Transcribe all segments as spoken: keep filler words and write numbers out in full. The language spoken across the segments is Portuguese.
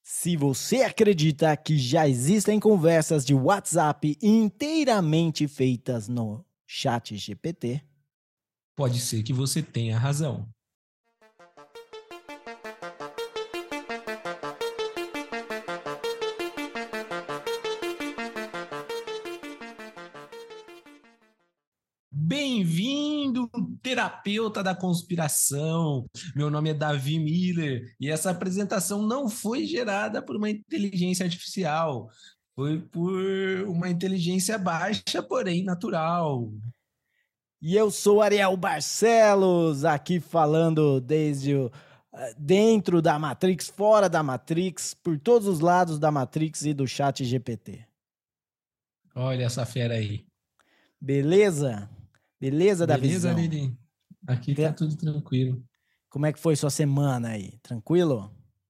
Se você acredita que já existem conversas de WhatsApp inteiramente feitas no chat G P T, pode ser que você tenha razão. Bem-vindo, terapeuta da conspiração. Meu nome é Davi Miller e essa apresentação não foi gerada por uma inteligência artificial, foi por uma inteligência baixa, porém natural. e eu sou Ariel Barcelos, aqui falando desde o, eh, dentro da Matrix, fora da Matrix, por todos os lados da Matrix e do chat G P T. Olha essa fera aí. Beleza? Beleza, Beleza, Davizão? Lili? Aqui tá tudo tranquilo. Como é que foi sua semana aí? Tranquilo?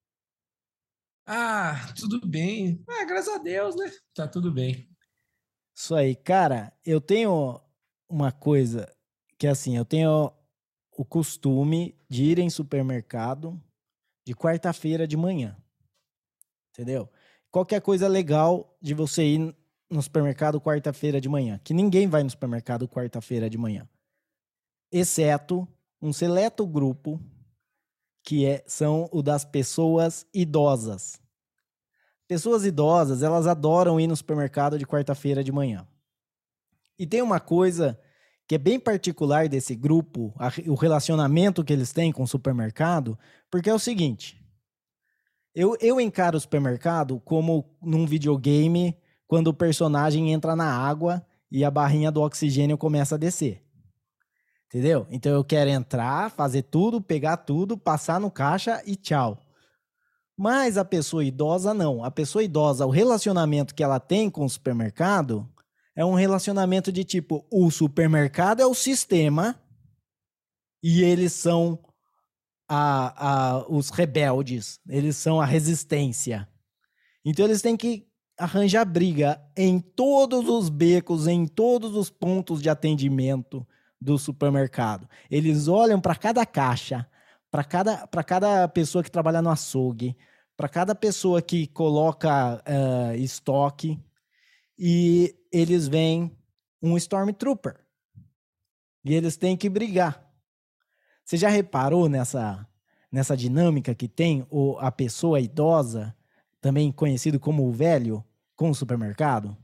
Ah, tudo bem. Ah, graças a Deus, né? Tá tudo bem. Isso aí, cara, eu tenho uma coisa que assim, eu tenho o costume de ir em supermercado de quarta-feira de manhã, entendeu? Qualquer coisa legal de você ir no supermercado quarta-feira de manhã, que ninguém vai no supermercado quarta-feira de manhã, exceto um seleto grupo que é, são o das pessoas idosas. Pessoas idosas, elas adoram ir no supermercado de quarta-feira de manhã. E tem uma coisa que é bem particular desse grupo, a, o relacionamento que eles têm com o supermercado, porque é o seguinte: eu, eu encaro o supermercado como num videogame, quando o personagem entra na água e a barrinha do oxigênio começa a descer. Entendeu? Então eu quero entrar, fazer tudo, pegar tudo, passar no caixa e tchau. Mas a pessoa idosa não. A pessoa idosa, o relacionamento que ela tem com o supermercado é um relacionamento de tipo, o supermercado é o sistema e eles são a, a, os rebeldes, eles são a resistência. Então eles têm que arranjar briga em todos os becos, em todos os pontos de atendimento do supermercado. Eles olham para cada caixa, para cada, para cada pessoa que trabalha no açougue, para cada pessoa que coloca uh, estoque, e eles veem um Stormtrooper. E eles têm que brigar. Você já reparou nessa, nessa dinâmica que tem o, a pessoa idosa, também conhecido como o velho, com o supermercado?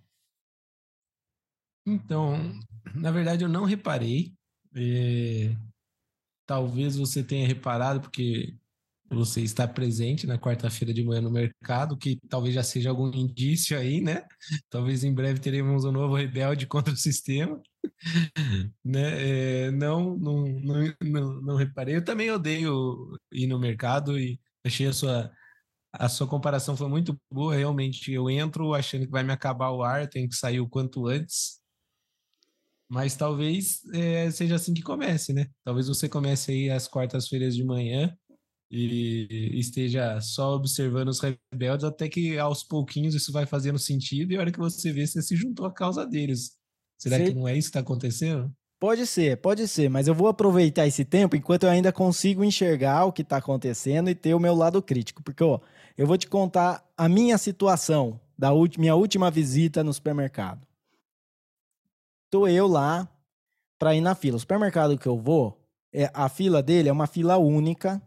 Então, na verdade, eu não reparei. É, talvez você tenha reparado, porque você está presente na quarta-feira de manhã no mercado, que talvez já seja algum indício aí, né? Talvez em breve teremos um novo rebelde contra o sistema, né? É, não, não, não, não, não reparei. Eu também odeio ir no mercado e achei a sua, a sua comparação foi muito boa. Realmente, eu entro achando que vai me acabar o ar, tenho que sair o quanto antes. Mas talvez é, seja assim que comece, né? Talvez você comece aí às quartas-feiras de manhã e esteja só observando os rebeldes até que aos pouquinhos isso vai fazendo sentido e a hora que você vê, você se juntou à causa deles. Será que Cê... não é isso que está acontecendo? Pode ser, pode ser, mas eu vou aproveitar esse tempo enquanto eu ainda consigo enxergar o que está acontecendo e ter o meu lado crítico. Porque, ó, eu vou te contar a minha situação da minha última visita no supermercado. Tô eu lá para ir na fila. O supermercado que eu vou, é, a fila dele é uma fila única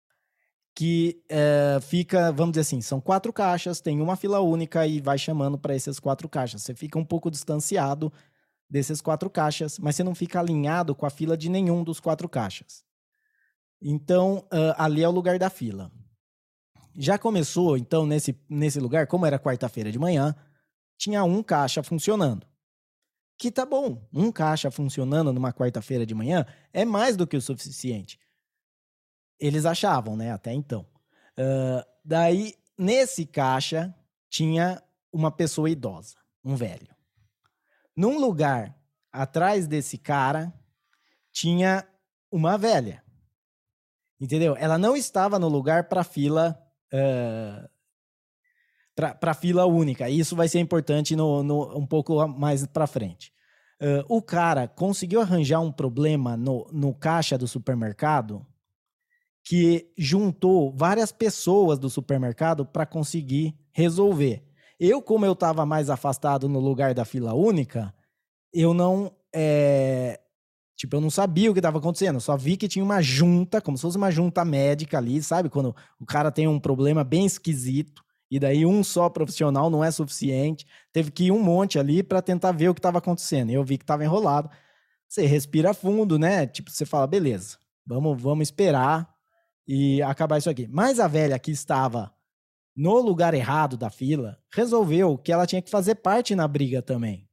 que é, fica, vamos dizer assim, são quatro caixas, tem uma fila única e vai chamando para essas quatro caixas. Você fica um pouco distanciado desses quatro caixas, mas você não fica alinhado com a fila de nenhum dos quatro caixas. Então, uh, ali é o lugar da fila. Já começou, então, nesse, nesse lugar, como era quarta-feira de manhã, tinha um caixa funcionando. Que tá bom, um caixa funcionando numa quarta-feira de manhã é mais do que o suficiente. Eles achavam, né, até então. Uh, daí, nesse caixa, tinha uma pessoa idosa, um velho. Num lugar atrás desse cara, tinha uma velha. Entendeu? Ela não estava no lugar para fila uh, para fila única. Isso vai ser importante no, no, um pouco mais para frente. Uh, o cara conseguiu arranjar um problema no, no caixa do supermercado que juntou várias pessoas do supermercado para conseguir resolver. Eu, como eu estava mais afastado no lugar da fila única, eu não... É... Tipo, eu não sabia o que estava acontecendo. Eu só vi que tinha uma junta, como se fosse uma junta médica ali, sabe? Quando o cara tem um problema bem esquisito, e daí um só profissional não é suficiente. Teve que ir um monte ali para tentar ver o que estava acontecendo. E eu vi que estava enrolado. Você respira fundo, né? Tipo, você fala, beleza, vamos, vamos esperar e acabar isso aqui. Mas a velha que estava no lugar errado da fila resolveu que ela tinha que fazer parte na briga também.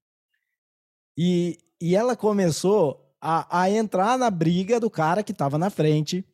E, e ela começou a, a entrar na briga do cara que estava na frente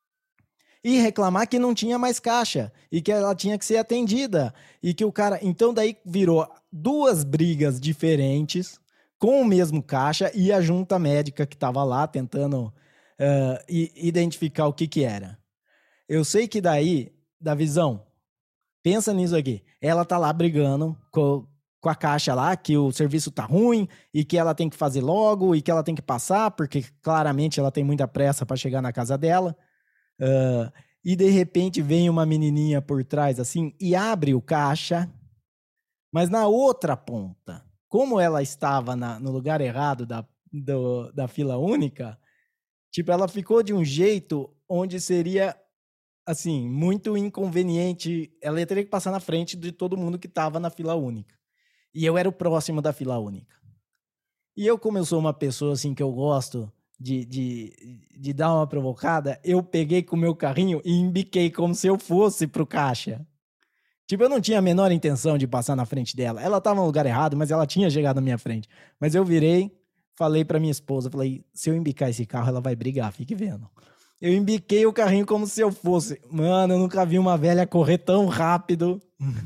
e reclamar que não tinha mais caixa e que ela tinha que ser atendida. E que o cara... Então daí virou duas brigas diferentes com o mesmo caixa e a junta médica que estava lá tentando uh, identificar o que que era. Eu sei que daí, da visão, pensa nisso aqui. Ela tá lá brigando com, com a caixa lá, que o serviço tá ruim e que ela tem que fazer logo e que ela tem que passar, porque claramente ela tem muita pressa para chegar na casa dela. Uh, e de repente vem uma menininha por trás assim e abre o caixa, mas na outra ponta, como ela estava na, no lugar errado da, do, da fila única, tipo, ela ficou de um jeito onde seria, assim, muito inconveniente. Ela teria que passar na frente de todo mundo que estava na fila única. E eu era o próximo da fila única. E eu, como eu sou uma pessoa, assim, que eu gosto de, de, de dar uma provocada, eu peguei com o meu carrinho e embiquei como se eu fosse pro caixa. Tipo, eu não tinha a menor intenção de passar na frente dela. Ela estava no lugar errado, mas ela tinha chegado na minha frente. Mas eu virei, falei pra minha esposa, falei, se eu embicar esse carro, ela vai brigar, fique vendo. Eu embiquei o carrinho como se eu fosse. Mano, eu nunca vi uma velha correr tão rápido.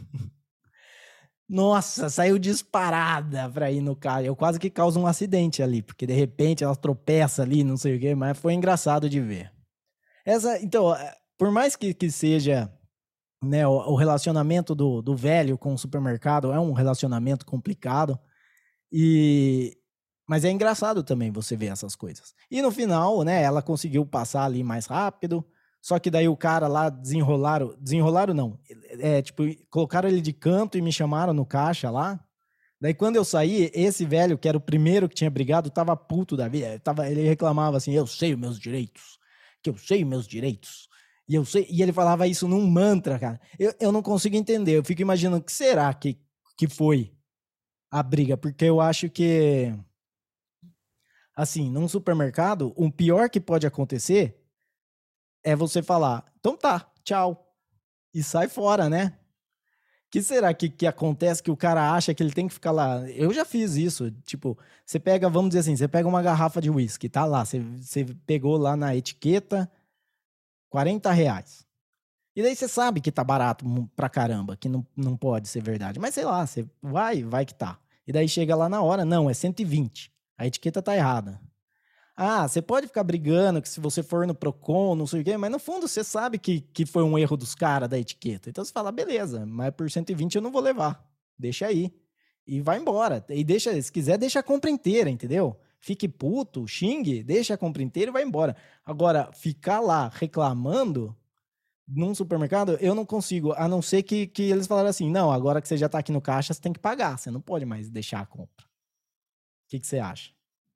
Nossa, saiu disparada pra ir no carro. Eu quase que causo um acidente ali, porque de repente ela tropeça ali, não sei o quê, mas foi engraçado de ver. Essa, então, por mais que, que seja... Né, o, o relacionamento do, do velho com o supermercado é um relacionamento complicado, e, mas é engraçado também você ver essas coisas. E no final, né, ela conseguiu passar ali mais rápido, só que daí o cara lá desenrolaram, desenrolaram não, é, tipo, colocaram ele de canto e me chamaram no caixa lá. Daí quando eu saí, esse velho, que era o primeiro que tinha brigado, tava puto da vida, tava, ele reclamava assim, eu sei os meus direitos, que eu sei os meus direitos. E, eu sei, e ele falava isso num mantra, cara. Eu, eu não consigo entender. Eu fico imaginando o que será que, que foi a briga. Porque eu acho que, assim, num supermercado, o pior que pode acontecer é você falar, então tá, tchau. E sai fora, né? O que será que, que acontece que o cara acha que ele tem que ficar lá? Eu já fiz isso. Tipo, você pega, vamos dizer assim, você pega uma garrafa de uísque, tá lá. Você, você pegou lá na etiqueta... quarenta reais. E daí você sabe que tá barato pra caramba, que não, não pode ser verdade. Mas sei lá, você vai, vai que tá. E daí chega lá na hora, não, é cento e vinte. A etiqueta tá errada. Ah, você pode ficar brigando que se você for no Procon, não sei o quê, mas no fundo você sabe que, que foi um erro dos caras da etiqueta. Então você fala, beleza, mas por cento e vinte eu não vou levar. Deixa aí. E vai embora. E deixa, se quiser, deixa a compra inteira, entendeu? Fique puto, xingue, deixa a compra inteira e vai embora. Agora, ficar lá reclamando num supermercado, eu não consigo, a não ser que, que eles falaram assim, não, agora que você já tá aqui no caixa, você tem que pagar, você não pode mais deixar a compra. O que, que você acha?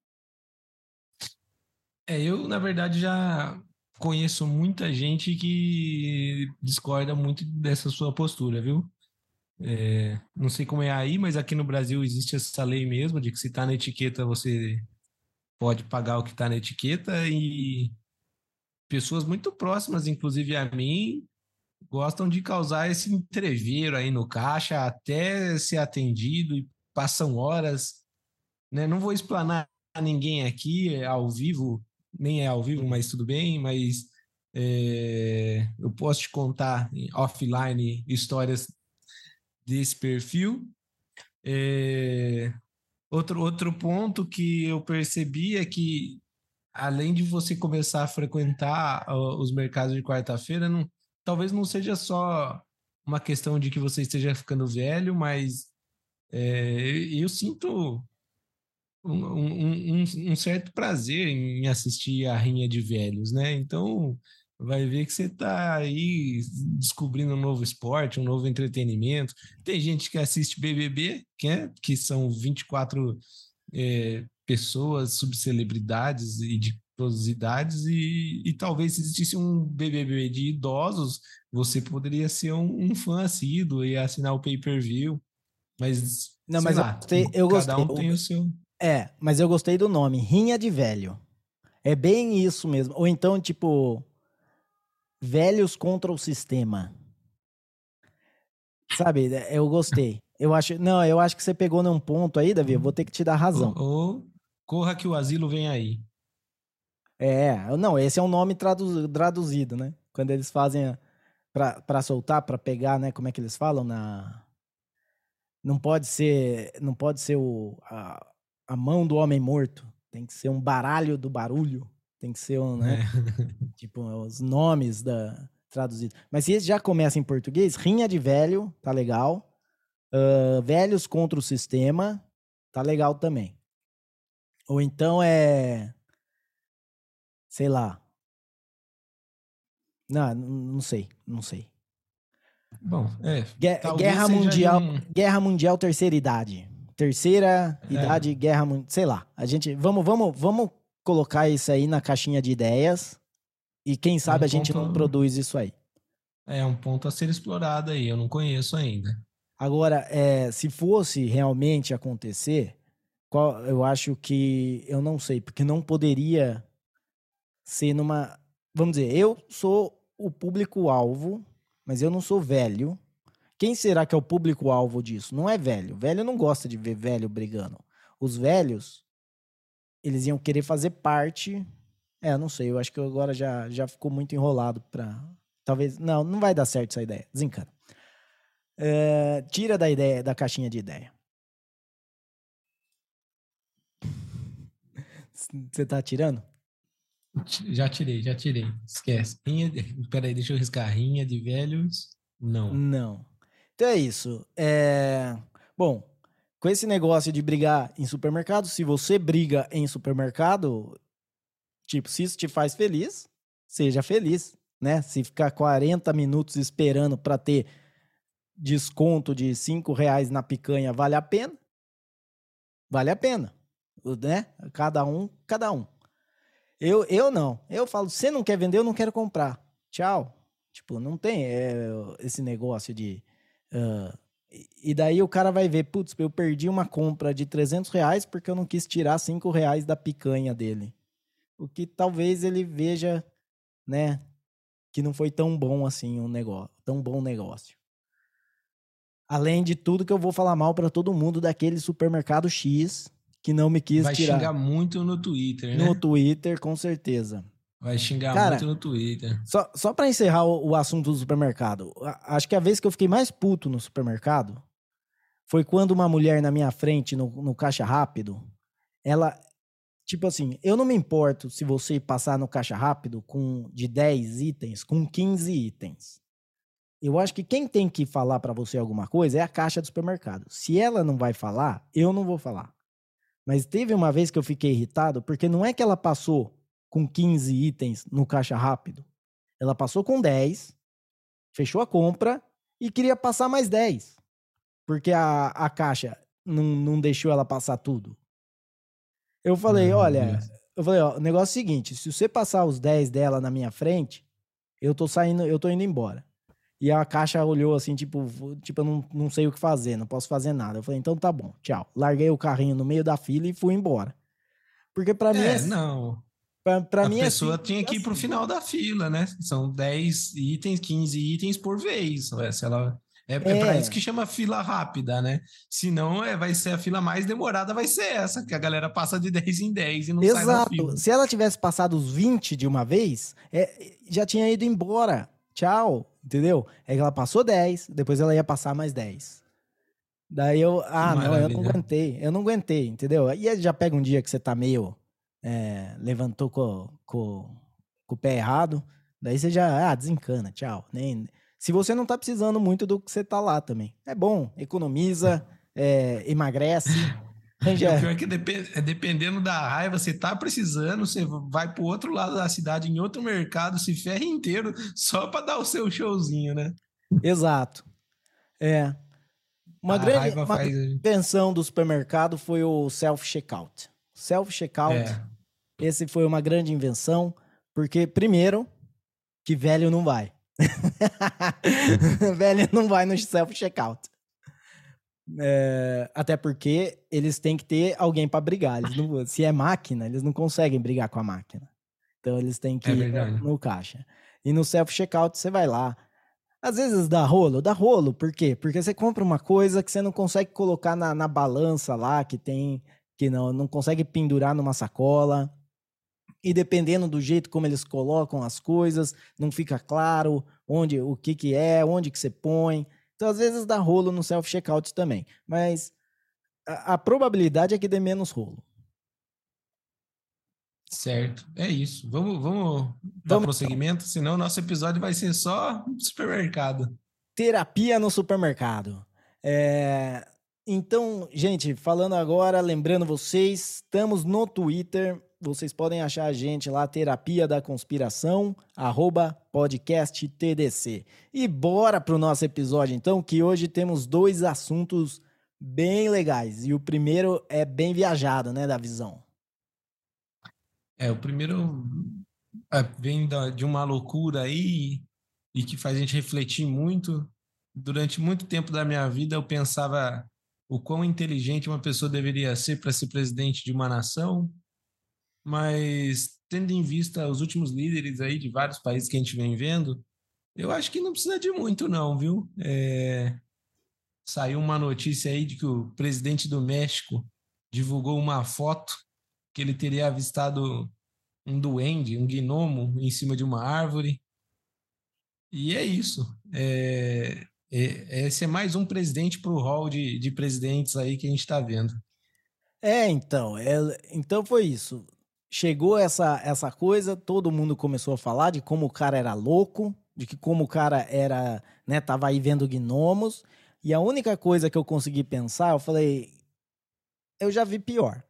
É, eu, na verdade, já conheço muita gente que discorda muito dessa sua postura, viu? É, não sei como é aí, mas aqui no Brasil existe essa lei mesmo, de que se tá na etiqueta, você pode pagar o que tá na etiqueta, e pessoas muito próximas, inclusive a mim, gostam de causar esse entrevero aí no caixa até ser atendido e passam horas, né? Não vou explanar ninguém aqui é ao vivo, nem é ao vivo, mas tudo bem, mas é, eu posso te contar offline histórias desse perfil. É, outro, outro ponto que eu percebi é que, além de você começar a frequentar uh, os mercados de quarta-feira, não, talvez não seja só uma questão de que você esteja ficando velho, mas é, eu sinto um, um, um, um certo prazer em assistir a Rinha de Velhos, né? Então, vai ver que você tá aí descobrindo um novo esporte, um novo entretenimento. Tem gente que assiste B B B, que, é, que são vinte e quatro é, pessoas, subcelebridades e de todas as idades, e, e talvez se existisse um B B B de idosos, você poderia ser um, um fã assíduo e assinar o pay-per-view, mas Não, sei mas eu lá, gostei, eu cada gostei. um O- tem o seu. É, mas eu gostei do nome, Rinha de Velho. É bem isso mesmo. Ou então, tipo, velhos contra o sistema. Sabe? É, eu gostei. Eu acho, não, eu acho que você pegou num ponto aí, Davi, eu vou ter que te dar razão. Ou, ou corra que o asilo vem aí. É, não, esse é um nome tradu- traduzido, né? Quando eles fazem a- pra, pra soltar, pra pegar, né? Como é que eles falam? Na... Não pode ser, não pode ser o, a, a mão do homem morto. Tem que ser um baralho do barulho. Tem que ser um, né? Né? Tipo, os nomes da traduzido. Mas se esse já começa em português, rinha de velho, tá legal. Ah, velhos contra o sistema, tá legal também. Ou então é, sei lá. Não, não sei, não sei. Bom, é, Gue- talvez Guerra seja de Mundial, um. Guerra Mundial Terceira Idade. Terceira É, idade, guerra, mun- sei lá. A gente vamos, vamos, vamos colocar isso aí na caixinha de ideias e quem é um sabe a gente ponto, não produz isso aí. é um ponto a ser explorado aí. Eu não conheço ainda. Agora, é, se fosse realmente acontecer, qual- eu acho que eu não sei, porque não poderia ser numa. Vamos dizer, eu sou o público-alvo, mas eu não sou velho. Quem será que é o público-alvo disso? Não é velho. Velho não gosta de ver velho brigando. Os velhos, eles iam querer fazer parte. É, eu não sei, eu acho que agora já, já ficou muito enrolado pra. Talvez. Não, não vai dar certo essa ideia. Desencana. É, tira da ideia, da caixinha de ideia. Você tá tirando? Já tirei, já tirei. Esquece. Rinha de... Peraí, deixa eu riscar. Rinha de velhos? Não. Não. Então é isso. É... Bom, com esse negócio de brigar em supermercado, se você briga em supermercado, tipo, se isso te faz feliz, seja feliz, né? Se ficar quarenta minutos esperando para ter desconto de cinco reais na picanha, vale a pena? Vale a pena, né? Cada um, cada um. Eu, eu não. Eu falo, você não quer vender, eu não quero comprar. Tchau. Tipo, não tem é, esse negócio de... ah, e e daí o cara vai ver, putz, eu perdi uma compra de trezentos reais porque eu não quis tirar cinco reais da picanha dele. O que talvez ele veja, né, que não foi tão bom assim um negócio, tão bom negócio. Além de tudo que eu vou falar mal para todo mundo daquele supermercado X que não me quis Vai xingar tirar. muito no Twitter, No né? Twitter, com certeza. Vai xingar muito Cara, no Twitter. só, só para encerrar o, o assunto do supermercado, a- acho que a vez que eu fiquei mais puto no supermercado foi quando uma mulher na minha frente, no, no caixa rápido, ela, tipo assim, eu não me importo se você passar no caixa rápido com de dez itens, com quinze itens. Eu acho que quem tem que falar para você alguma coisa é a caixa do supermercado. Se ela não vai falar, eu não vou falar. Mas teve uma vez que eu fiquei irritado, porque não é que ela passou com quinze itens no caixa rápido. Ela passou com dez, fechou a compra e queria passar mais dez. Porque a, a caixa não, não deixou ela passar tudo. Eu falei, Ai, meu olha, Deus. eu falei, ó, o negócio é o seguinte, se você passar os dez dela na minha frente, eu tô saindo, eu tô indo embora. E a caixa olhou assim, tipo, tipo, eu não, não sei o que fazer, não posso fazer nada. Eu falei, então tá bom, tchau. Larguei o carrinho no meio da fila e fui embora. Porque pra mim é, É, não. pra, pra A mim é pessoa simples tinha que ir para o assim. final da fila, né? São dez itens, quinze itens por vez. Ué, se ela... É, é para isso que É, chama fila rápida, né? Senão é, vai ser a fila mais demorada, vai ser essa, que a galera passa de dez em dez e não sai da exato. fila. Se ela tivesse passado os vinte de uma vez, é, já tinha ido embora. Tchau, entendeu? É que ela passou dez, depois ela ia passar mais dez. Daí eu, Que ah, não, eu não maravilha. aguentei, eu não aguentei, entendeu? E aí já pega um dia que você tá meio, é, levantou com, com, com o pé errado, daí você já, ah, desencana, tchau. Nem, se você não tá precisando muito do que você tá lá também. É bom, economiza, é, emagrece, E o Rangel, pior é que depen- é dependendo da raiva, você tá precisando, você vai pro outro lado da cidade, em outro mercado, se ferra inteiro, só pra dar o seu showzinho, né? exato. É. Uma A grande, raiva uma grande faz. invenção do supermercado foi o self-checkout. Self-checkout, É, esse foi uma grande invenção, porque, primeiro, que velho não vai. Velho não vai no self-checkout. É, até porque eles têm que ter alguém para brigar. Eles não, se é máquina, eles não conseguem brigar com a máquina. Então eles têm que é ir no, verdade. no caixa. E no self-checkout você vai lá. Às vezes dá rolo, dá rolo. Por quê? Porque você compra uma coisa que você não consegue colocar na, na balança lá, que tem, que não, não consegue pendurar numa sacola. E dependendo do jeito como eles colocam as coisas, não fica claro onde, o que que é, onde que você põe. Então, às vezes dá rolo no self-checkout também. Mas a, a probabilidade é que dê menos rolo. Certo, é isso. Vamos, vamos dar Vamos, prosseguimento, senão nosso episódio vai ser só supermercado. terapia no supermercado. É, então, gente, falando agora, lembrando vocês, estamos no Twitter. Vocês podem achar a gente lá, Terapia da Conspiração, arroba podcast T D C. E bora pro nosso episódio, então, que hoje temos dois assuntos bem legais. E o primeiro é bem viajado, né, da visão. É, o primeiro é, vem da- de uma loucura aí e que faz a gente refletir muito. Durante muito tempo da minha vida, eu pensava o quão inteligente uma pessoa deveria ser para ser presidente de uma nação, mas tendo em vista os últimos líderes aí de vários países que a gente vem vendo, eu acho que não precisa de muito, não, viu? É, saiu uma notícia aí de que o presidente do México divulgou uma foto que ele teria avistado um duende, um gnomo em cima de uma árvore. E é isso. É, é, esse é mais um presidente para o hall de, de presidentes aí que a gente está vendo. É, então, é, então foi isso. Chegou essa, essa coisa, todo mundo começou a falar de como o cara era louco, de que como o cara era, né, tava aí vendo gnomos, e a única coisa que eu consegui pensar, eu falei, eu já vi pior,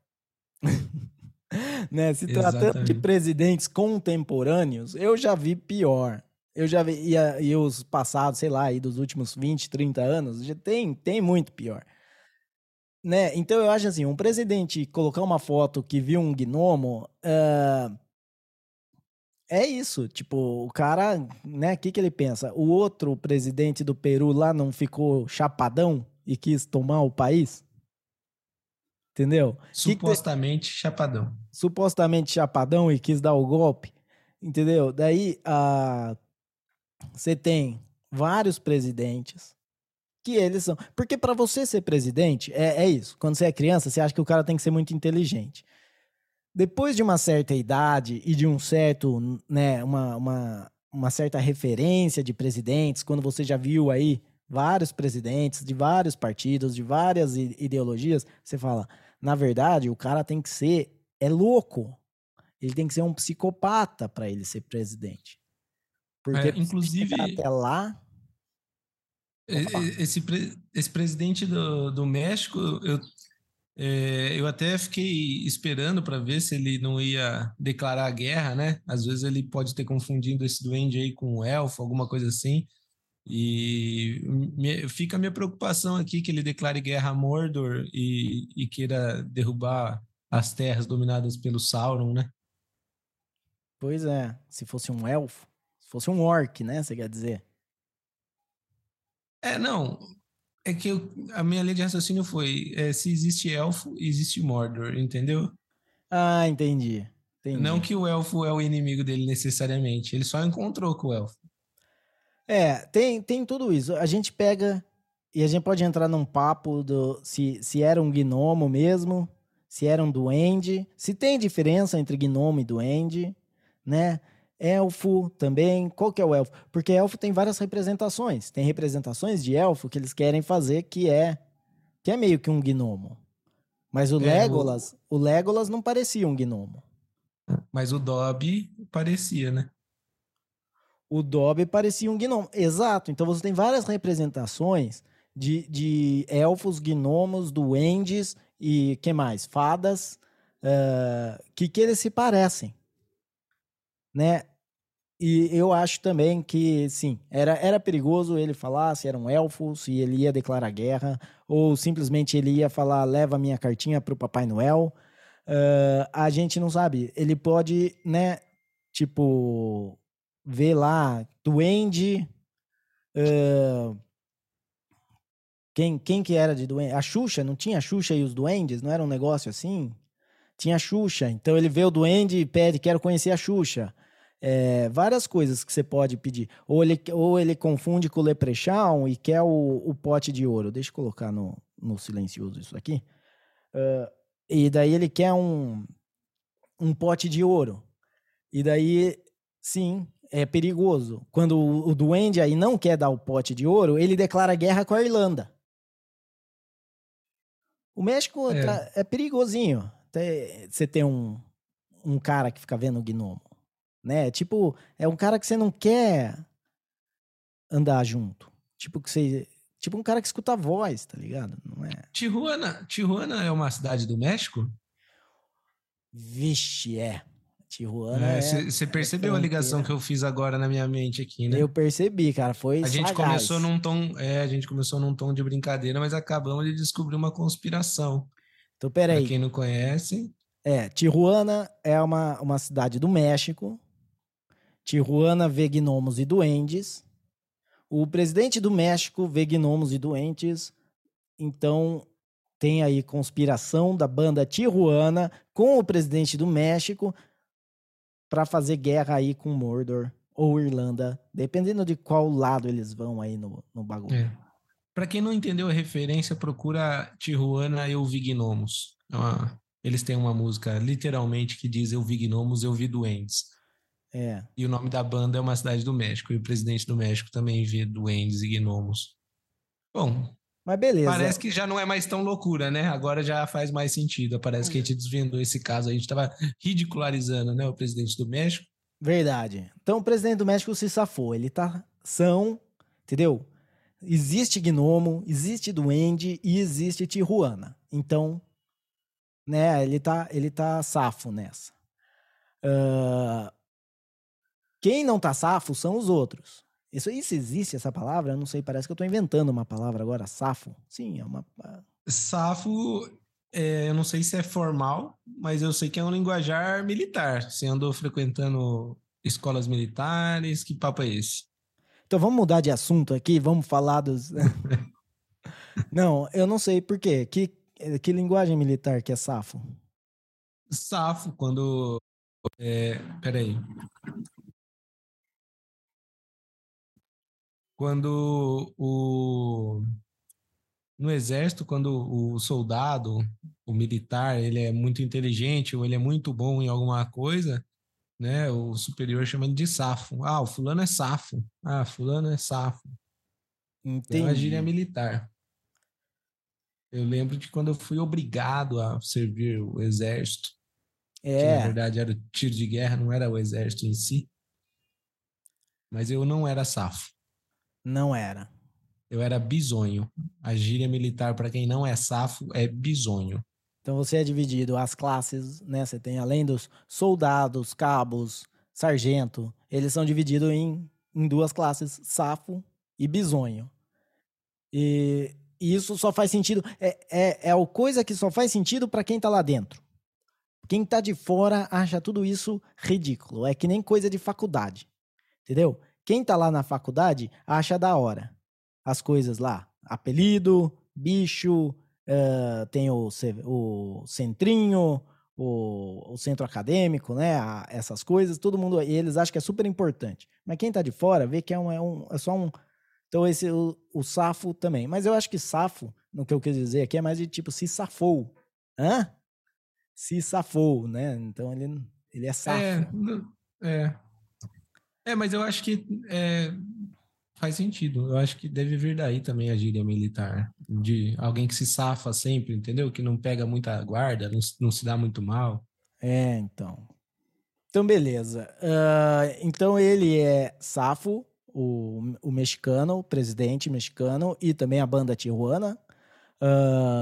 né? Se tratando de Exatamente. presidentes contemporâneos, eu já vi pior. Eu já vi, e, a- e os passados, sei lá, aí dos últimos vinte, trinta anos, já tem, tem muito pior. Né? Então eu acho assim, um presidente colocar uma foto que viu um gnomo, ah, é isso. Tipo, o cara, né? O que que ele pensa? O outro presidente do Peru lá não ficou chapadão e quis tomar o país? Entendeu? Que que te- Supostamente chapadão. Supostamente chapadão e quis dar o golpe, entendeu? Daí, ah, você tem vários presidentes que eles são. Porque para você ser presidente, é, é isso. Quando você é criança, você acha que o cara tem que ser muito inteligente. Depois de uma certa idade e de um certo, né, uma, uma, uma certa referência de presidentes, quando você já viu aí vários presidentes de vários partidos, de várias i- ideologias, você fala, na verdade, o cara tem que ser, é louco. Ele tem que ser um psicopata para ele ser presidente. É, Porque pra você chegar inclusive, até lá, e- vou falar. e- esse, pre- esse presidente do, do México, eu, é, eu até fiquei esperando para ver se ele não ia declarar guerra, né? Às vezes ele pode ter confundido esse duende aí com um elfo, alguma coisa assim. E me- fica a minha preocupação aqui que ele declare guerra a Mordor e, e queira derrubar as terras dominadas pelo Sauron, né? Pois é, se fosse um elfo, se fosse um orc, né, você quer dizer? É, não. É que eu- a minha linha de raciocínio foi: é, se existe elfo, existe Mordor, entendeu? Ah, entendi, Não entendi. que o elfo é o inimigo dele necessariamente, ele só encontrou com o elfo. É, tem, tem tudo isso. A gente pega e a gente pode entrar num papo do se, se era um gnomo mesmo, se era um duende, se tem diferença entre gnomo e duende, né? Elfo também. Qual que é o elfo? Porque elfo tem várias representações. Tem representações de elfo que eles querem fazer que é que é meio que um gnomo. Mas o É, o, Legolas, o Legolas não parecia um gnomo. mas o Dobby parecia, né? O Dobby parecia um gnomo. Exato. Então você tem várias representações de, de elfos, gnomos, duendes e que mais? Fadas, uh, que, que eles se parecem, né? E eu acho também que, sim, era, era perigoso ele falar se era um elfo, se ele ia declarar guerra, ou simplesmente ele ia falar, leva minha cartinha pro Papai Noel. Uh, a gente não sabe. Ele pode, né, tipo, ver lá, duende... Uh, quem, quem que era de duende? A Xuxa, não tinha a Xuxa e os duendes? Não era um negócio assim? Tinha a Xuxa. Então ele vê o duende e pede, quero conhecer a Xuxa. É, várias coisas que você pode pedir. Ou ele, ou ele confunde com o Leprechaun e quer o, o pote de ouro. Deixa eu colocar no, no silencioso isso aqui. Uh, e daí ele quer um, um pote de ouro. E daí, sim, é perigoso. Quando o, o duende aí não quer dar o pote de ouro, ele declara guerra com a Irlanda. O México É. é perigosinho. Você ter um, um cara que fica vendo o gnomo, né? Tipo, é um cara que você não quer andar junto. Tipo que você, tipo um cara que escuta a voz, tá ligado? Não é? Tijuana, Tijuana é uma cidade do México? Vixe, é. Tijuana é, Você é percebeu a ligação fronteira. que eu fiz agora na minha mente aqui, né? Eu percebi, cara, foi A gente começou sagaz. num tom, é, a gente começou num tom de brincadeira, mas acabamos de descobrir uma conspiração. Então, Para peraí. quem não conhece, É, Tijuana é uma, uma cidade do México. Tijuana vê gnomos e duendes. O presidente do México vê gnomos e doentes. Então, tem aí conspiração da banda Tijuana com o presidente do México para fazer guerra aí com Mordor ou Irlanda, dependendo de qual lado eles vão aí no, no bagulho. é. Para quem não entendeu a referência, procura Tijuana Eu Vi Gnomos. É uma- eles têm uma música literalmente que diz Eu Vi Gnomos, Eu Vi Duendes. É. E o nome da banda é uma cidade do México. E o presidente do México também vê duendes e gnomos. Bom, Mas beleza. parece que já não é mais tão loucura, né? Agora já faz mais sentido. Parece que a gente desvendou esse caso. A gente estava ridicularizando, né, o presidente do México. Verdade. Então o presidente do México se safou. Ele tá são, entendeu? Existe gnomo, existe duende e existe Tijuana. Então, né, ele tá, ele tá safo nessa. Uh, quem não tá safo são os outros. Isso, isso existe, essa palavra? Eu não sei, parece que eu tô inventando uma palavra agora, safo. Sim, é uma... Safo, é, eu não sei se é formal, mas eu sei que é um linguajar militar. Você andou frequentando escolas militares, que papo é esse? Então vamos mudar de assunto aqui, vamos falar dos... Não, eu não sei por quê. Que, que linguagem militar que é safo? Safo, quando... É, peraí. Quando o... No exército, quando o soldado, o militar, ele é muito inteligente ou ele é muito bom em alguma coisa, né? O superior chama ele de safo. Ah, o fulano é safo. Ah, fulano é safo. É uma gíria Entendi. militar. Eu lembro de quando eu fui obrigado a servir o exército, que na É, verdade era o tiro de guerra, não era o exército em si, mas eu não era safo. não era. Eu era bisonho. A gíria militar, para quem não é safo, é bisonho. Então você é dividido as classes, né? Você tem além dos soldados, cabos, sargento, eles são divididos em, em duas classes, safo e bisonho. E, e isso só faz sentido, é, é, é a coisa que só faz sentido para quem tá lá dentro. Quem tá de fora acha tudo isso ridículo. É que nem coisa de faculdade, entendeu? Quem tá lá na faculdade acha da hora as coisas lá. Apelido, bicho, uh, tem o, o centrinho, o, o centro acadêmico, né? A, essas coisas, todo mundo, eles acham que é super importante. Mas quem tá de fora vê que é, um, é, um, é só um... Então esse, o, o safo também. Mas eu acho que safo, no que eu quis dizer aqui, é mais de tipo, se safou. Hã? Se safou, né? Então ele, ele é É, safo. é. É, mas eu acho que é, faz sentido. Eu acho que deve vir daí também a gíria militar. De alguém que se safa sempre, entendeu? Que não pega muita guarda, não, não se dá muito mal. É, então. Então, beleza. Uh, então, ele é Safo, o, o mexicano, o presidente mexicano, e também a banda Tijuana. Uh,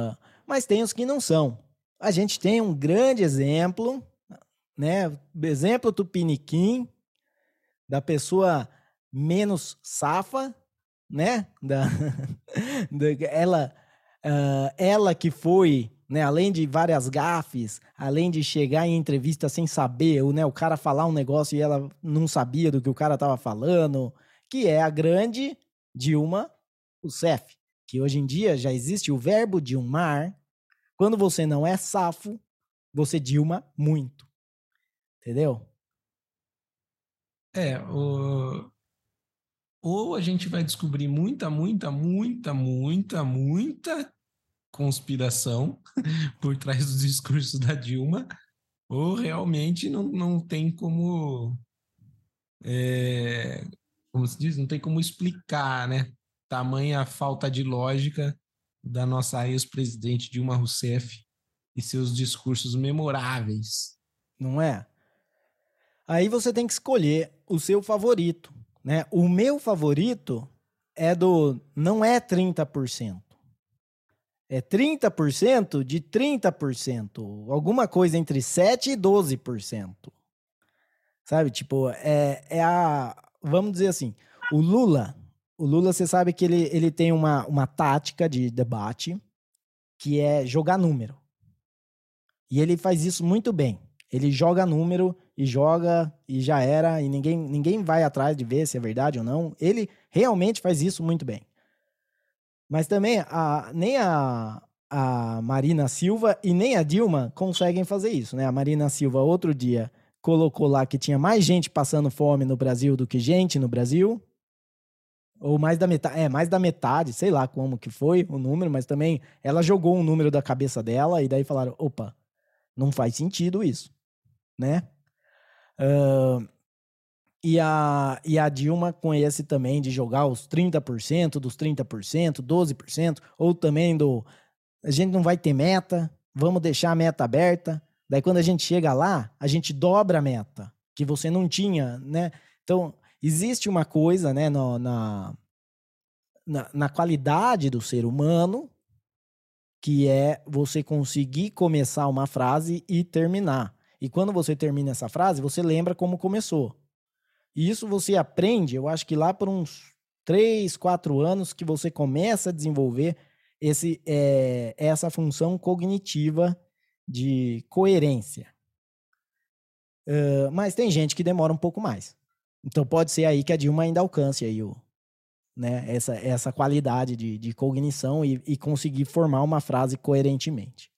mas tem os que não são. A gente tem um grande exemplo, né? Exemplo tupiniquim, da pessoa menos safa, né? Da, da, ela, uh, ela que foi, né? Além de várias gafes, além de chegar em entrevista sem saber, o, né? O cara falar um negócio e ela não sabia do que o cara estava falando, que é a grande Dilma Rousseff, que hoje em dia já existe o verbo dilmar. Quando você não é safo, você dilma muito. Entendeu? É, o... ou a gente vai descobrir muita, muita, muita, muita, muita conspiração por trás dos discursos da Dilma, ou realmente não, não tem como, é, como se diz, não tem como explicar, né? Tamanha falta de lógica da nossa ex-presidente Dilma Rousseff e seus discursos memoráveis. Não é? Aí você tem que escolher o seu favorito, né? O meu favorito é do não é trinta por cento. É trinta por cento de trinta por cento, alguma coisa entre sete e doze por cento. Sabe? Tipo, é, é a, vamos dizer assim, o Lula, o Lula, você sabe que ele, ele tem uma, uma tática de debate que é jogar número. E ele faz isso muito bem. Ele joga número e joga e já era, e ninguém, ninguém vai atrás de ver se é verdade ou não. Ele realmente faz isso muito bem. Mas também a, nem a, a Marina Silva e nem a Dilma conseguem fazer isso, né? A Marina Silva, outro dia, colocou lá que tinha mais gente passando fome no Brasil do que gente no Brasil. Ou mais da metade, é, mais da metade, sei lá como que foi o número, mas também ela jogou um número da cabeça dela e daí falaram, opa, não faz sentido isso, né? Uh, e, a, e a Dilma com esse também de jogar os trinta por cento dos trinta por cento, doze por cento, ou também do a gente não vai ter meta, vamos deixar a meta aberta. Daí quando a gente chega lá, a gente dobra a meta, que você não tinha, né? Então, existe uma coisa, né, no, na, na, na qualidade do ser humano, que é você conseguir começar uma frase e terminar. E quando você termina essa frase, você lembra como começou. E isso você aprende, eu acho que lá por uns três, quatro anos que você começa a desenvolver esse, é, essa função cognitiva de coerência. Uh, mas tem gente que demora um pouco mais. Então pode ser aí que a Dilma ainda alcance aí o, né, essa, essa qualidade de, de cognição e, e conseguir formar uma frase coerentemente.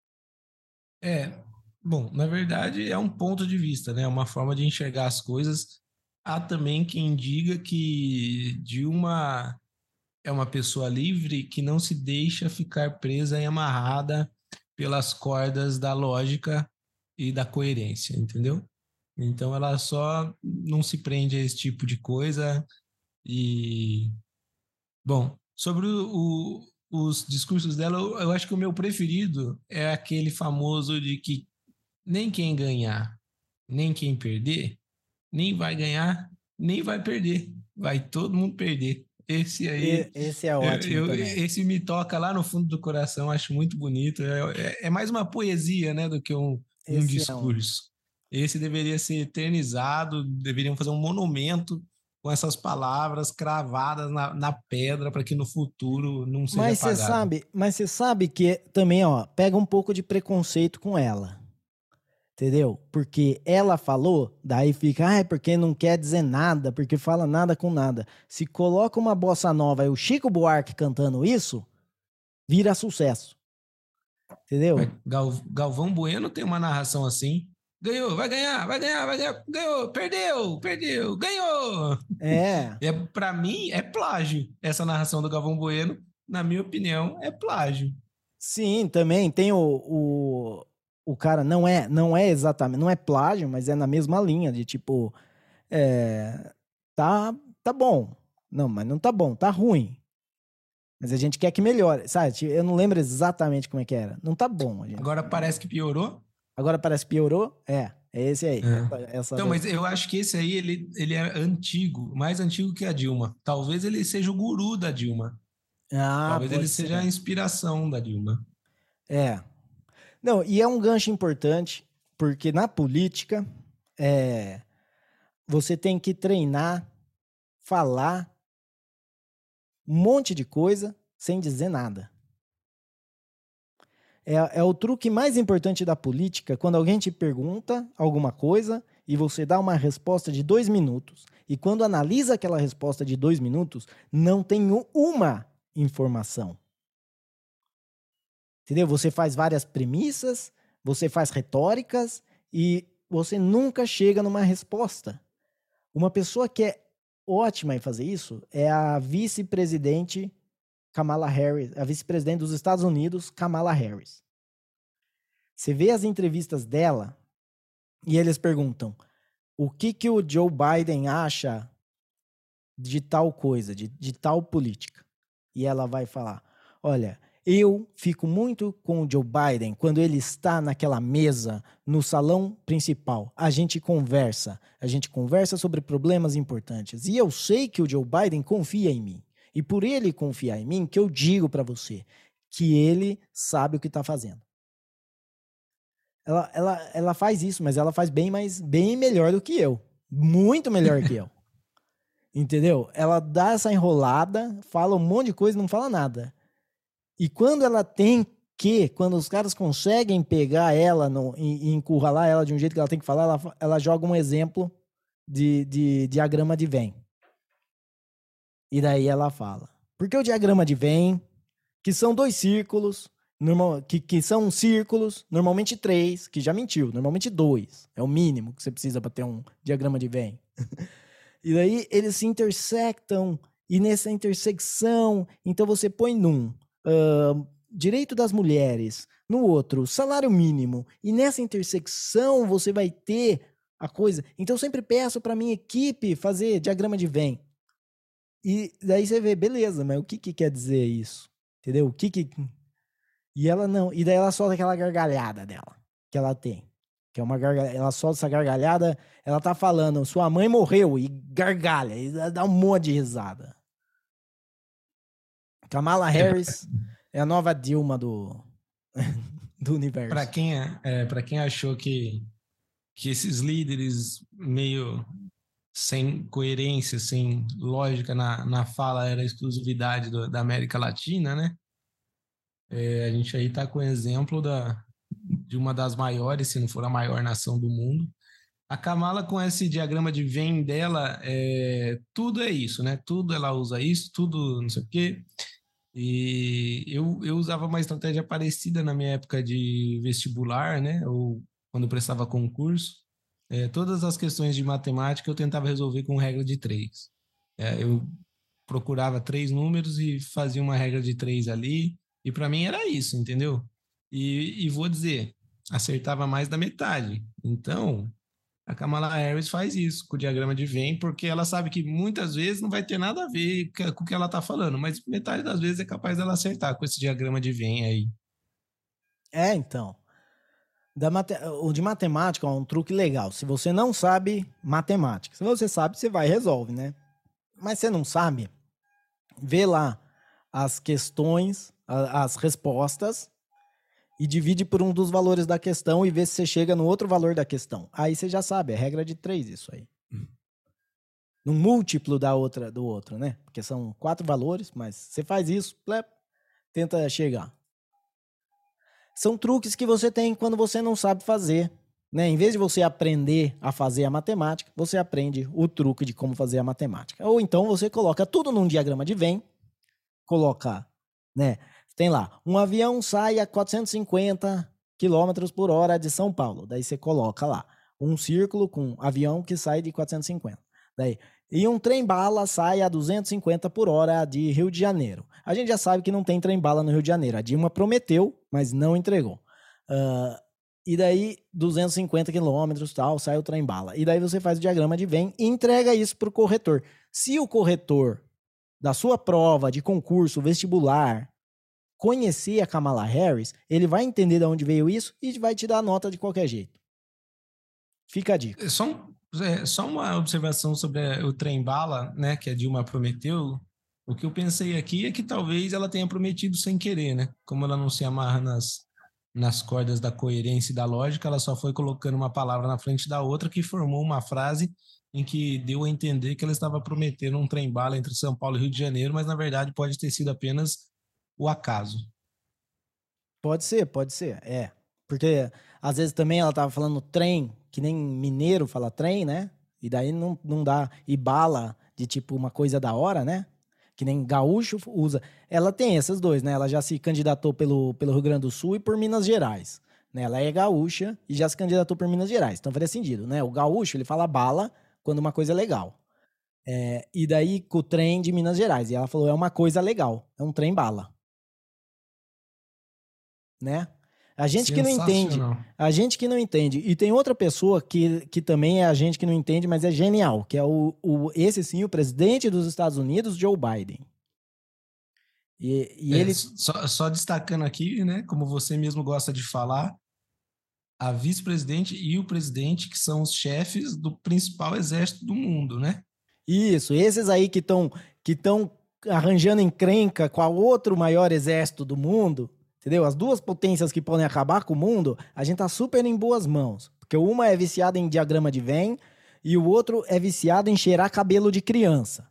É, bom, na verdade é um ponto de vista, né? Uma forma de enxergar as coisas. Há também quem diga que Dilma é uma pessoa livre que não se deixa ficar presa e amarrada pelas cordas da lógica e da coerência, entendeu? Então ela só não se prende a esse tipo de coisa e... Bom, sobre o, o, os discursos dela, eu, eu acho que o meu preferido é aquele famoso de que nem quem ganhar, nem quem perder, nem vai ganhar, nem vai perder. Vai todo mundo perder. Esse aí, E, esse é eu, ótimo eu, também. esse me toca lá no fundo do coração, acho muito bonito. É, é, é mais uma poesia, né, do que um, um Esse é um. discurso. Esse deveria ser eternizado, deveriam fazer um monumento com essas palavras cravadas na, na pedra para que no futuro não seja Mas você apagado. sabe, mas você sabe que também, ó, pega um pouco de preconceito com ela. Entendeu? Porque ela falou, daí fica, ah, é porque não quer dizer nada, porque fala nada com nada. Se coloca uma bossa nova e o Chico Buarque cantando isso, vira sucesso. Entendeu? Gal, Galvão Bueno tem uma narração assim. Ganhou, vai ganhar, vai ganhar, vai ganhar, ganhou, perdeu, perdeu, ganhou. É. É, para mim, é plágio. Essa narração do Galvão Bueno, na minha opinião, é plágio. Sim, também tem o, o, o cara, não é, não é exatamente, não é plágio, mas é na mesma linha de tipo, é, tá, tá bom. Não, mas não tá bom, tá ruim. Mas a gente quer que melhore, sabe? Eu não lembro exatamente como é que era. Não tá bom, a gente. Agora parece que piorou. Agora parece que piorou? É, é esse aí. É. Essa, essa Então, mas versão. eu acho que esse aí, ele, ele é antigo, mais antigo que a Dilma. Talvez ele seja o guru da Dilma. Ah, Talvez ele pode seja a ser. inspiração da Dilma. É. Não, e é um gancho importante, porque na política, é, você tem que treinar, falar um monte de coisa sem dizer nada. É, é o truque mais importante da política, quando alguém te pergunta alguma coisa e você dá uma resposta de dois minutos. E quando analisa aquela resposta de dois minutos, não tem uma informação. Entendeu? Você faz várias premissas, você faz retóricas e você nunca chega numa resposta. Uma pessoa que é ótima em fazer isso é a vice-presidente Kamala Harris, a vice-presidente dos Estados Unidos, Kamala Harris. Você vê as entrevistas dela e eles perguntam o que, que o Joe Biden acha de tal coisa, de, de tal política. E ela vai falar, olha, eu fico muito com o Joe Biden quando ele está naquela mesa no salão principal. A gente conversa, a gente conversa sobre problemas importantes. E eu sei que o Joe Biden confia em mim. E por ele confiar em mim, que eu digo para você que ele sabe o que está fazendo. Ela, ela, ela faz isso, mas ela faz bem, mais, bem melhor do que eu. Muito melhor que eu. Entendeu? Ela dá essa enrolada, fala um monte de coisa e não fala nada. E quando ela tem que, quando os caras conseguem pegar ela no, e, e encurralar ela de um jeito que ela tem que falar, ela, ela joga um exemplo de, de diagrama de Venn. E daí ela fala. Porque o diagrama de Venn, que são dois círculos, normal, que, que são círculos, normalmente três, que já mentiu, normalmente dois. É o mínimo que você precisa para ter um diagrama de Venn. E daí eles se intersectam, e nessa intersecção, então você põe num uh, direito das mulheres, no outro, salário mínimo, e nessa intersecção você vai ter a coisa. Então eu sempre peço para minha equipe fazer diagrama de Venn. E daí você vê, beleza, mas o que, que quer dizer isso? Entendeu? O que que... E ela não, e daí ela solta aquela gargalhada dela, que ela tem. Que é uma gargalhada, ela solta essa gargalhada, ela tá falando, sua mãe morreu, e gargalha, e dá um monte de risada. Kamala Harris é a nova Dilma do, do universo. Para quem, é, para quem achou que, que esses líderes meio sem coerência, sem lógica na, na fala era exclusividade do, da América Latina, né? É, a gente aí tá com o exemplo da, de uma das maiores, se não for a maior nação do mundo. A Kamala, com esse diagrama de Venn dela, é, tudo é isso, né? Tudo ela usa isso, tudo não sei o quê. E eu, eu usava uma estratégia parecida na minha época de vestibular, né? Ou quando eu prestava concurso. É, todas as questões de matemática eu tentava resolver com regra de três. É, eu procurava três números e fazia uma regra de três ali. E para mim era isso, entendeu? E, e vou dizer, acertava mais da metade. Então, a Kamala Harris faz isso com o diagrama de Venn, porque ela sabe que muitas vezes não vai ter nada a ver com o que ela está falando, mas metade das vezes é capaz dela acertar com esse diagrama de Venn aí. É, então. Da mate... O de matemática é um truque legal. Se você não sabe matemática, se você sabe, você vai e resolve, né? Mas você não sabe, vê lá as questões, as respostas e divide por um dos valores da questão e vê se você chega no outro valor da questão. Aí você já sabe, é regra de três isso aí. Num múltiplo da outra, do outro, né? Porque são quatro valores, mas você faz isso, plep, tenta chegar. São truques que você tem quando você não sabe fazer, né? Em vez de você aprender a fazer a matemática, você aprende o truque de como fazer a matemática. Ou então você coloca tudo num diagrama de Venn, coloca, né? Tem lá, um avião sai a quatrocentos e cinquenta quilômetros por hora de São Paulo. Daí você coloca lá um círculo com um avião que sai de quatrocentos e cinquenta. Daí, e um trem-bala sai a duzentos e cinquenta por hora de Rio de Janeiro. A gente já sabe que não tem trem-bala no Rio de Janeiro. A Dilma prometeu, mas não entregou. Uh, e daí, duzentos e cinquenta quilômetros, tal, sai o trem-bala. E daí você faz o diagrama de Venn e entrega isso para o corretor. Se o corretor da sua prova de concurso vestibular conhecer a Kamala Harris, ele vai entender de onde veio isso e vai te dar a nota de qualquer jeito. Fica a dica. Só, um, é, só uma observação sobre o trem-bala, né, que a Dilma prometeu. O que eu pensei aqui é que talvez ela tenha prometido sem querer, né? Como ela não se amarra nas, nas cordas da coerência e da lógica, ela só foi colocando uma palavra na frente da outra que formou uma frase em que deu a entender que ela estava prometendo um trem-bala entre São Paulo e Rio de Janeiro, mas na verdade pode ter sido apenas o acaso. Pode ser, pode ser, é. Porque às vezes também ela tava falando trem, que nem mineiro fala trem, né? E daí não, não dá. E bala, de tipo uma coisa da hora, né? Que nem gaúcho usa. Ela tem esses dois, né? Ela já se candidatou pelo, pelo Rio Grande do Sul e por Minas Gerais. Né? Ela é gaúcha e já se candidatou por Minas Gerais. Então faria sentido, né? O gaúcho, ele fala bala quando uma coisa é legal. É, e daí com o trem de Minas Gerais. E ela falou, é uma coisa legal. É um trem bala. Né? A gente que não entende, a gente que não entende. E tem outra pessoa que, que também é a gente que não entende, mas é genial, que é o, o esse sim, o presidente dos Estados Unidos, Joe Biden. E, e É, ele... Só, só destacando aqui, né, como você mesmo gosta de falar, a vice-presidente e o presidente, que são os chefes do principal exército do mundo, né? Isso, esses aí que estão que estão arranjando encrenca com o outro maior exército do mundo, entendeu? As duas potências que podem acabar com o mundo, a gente tá super em boas mãos. Porque uma é viciada em diagrama de Venn e o outro é viciado em cheirar cabelo de criança.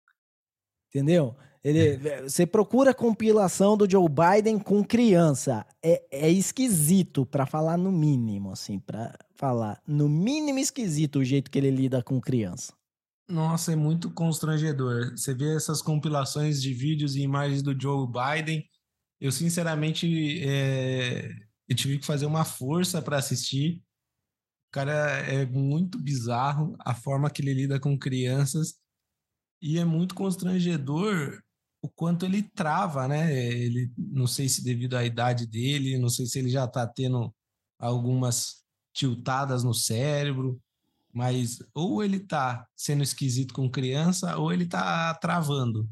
Entendeu? Ele, você procura a compilação do Joe Biden com criança. É, é esquisito, para falar no mínimo, assim, para falar no mínimo esquisito o jeito que ele lida com criança. Nossa, é muito constrangedor. Você vê essas compilações de vídeos e imagens do Joe Biden. Eu, sinceramente, é... eu tive que fazer uma força para assistir. O cara é muito bizarro, a forma que ele lida com crianças. E é muito constrangedor o quanto ele trava, né? Ele, não sei se devido à idade dele, não sei se ele já está tendo algumas tiltadas no cérebro, mas ou ele tá sendo esquisito com criança ou ele tá travando.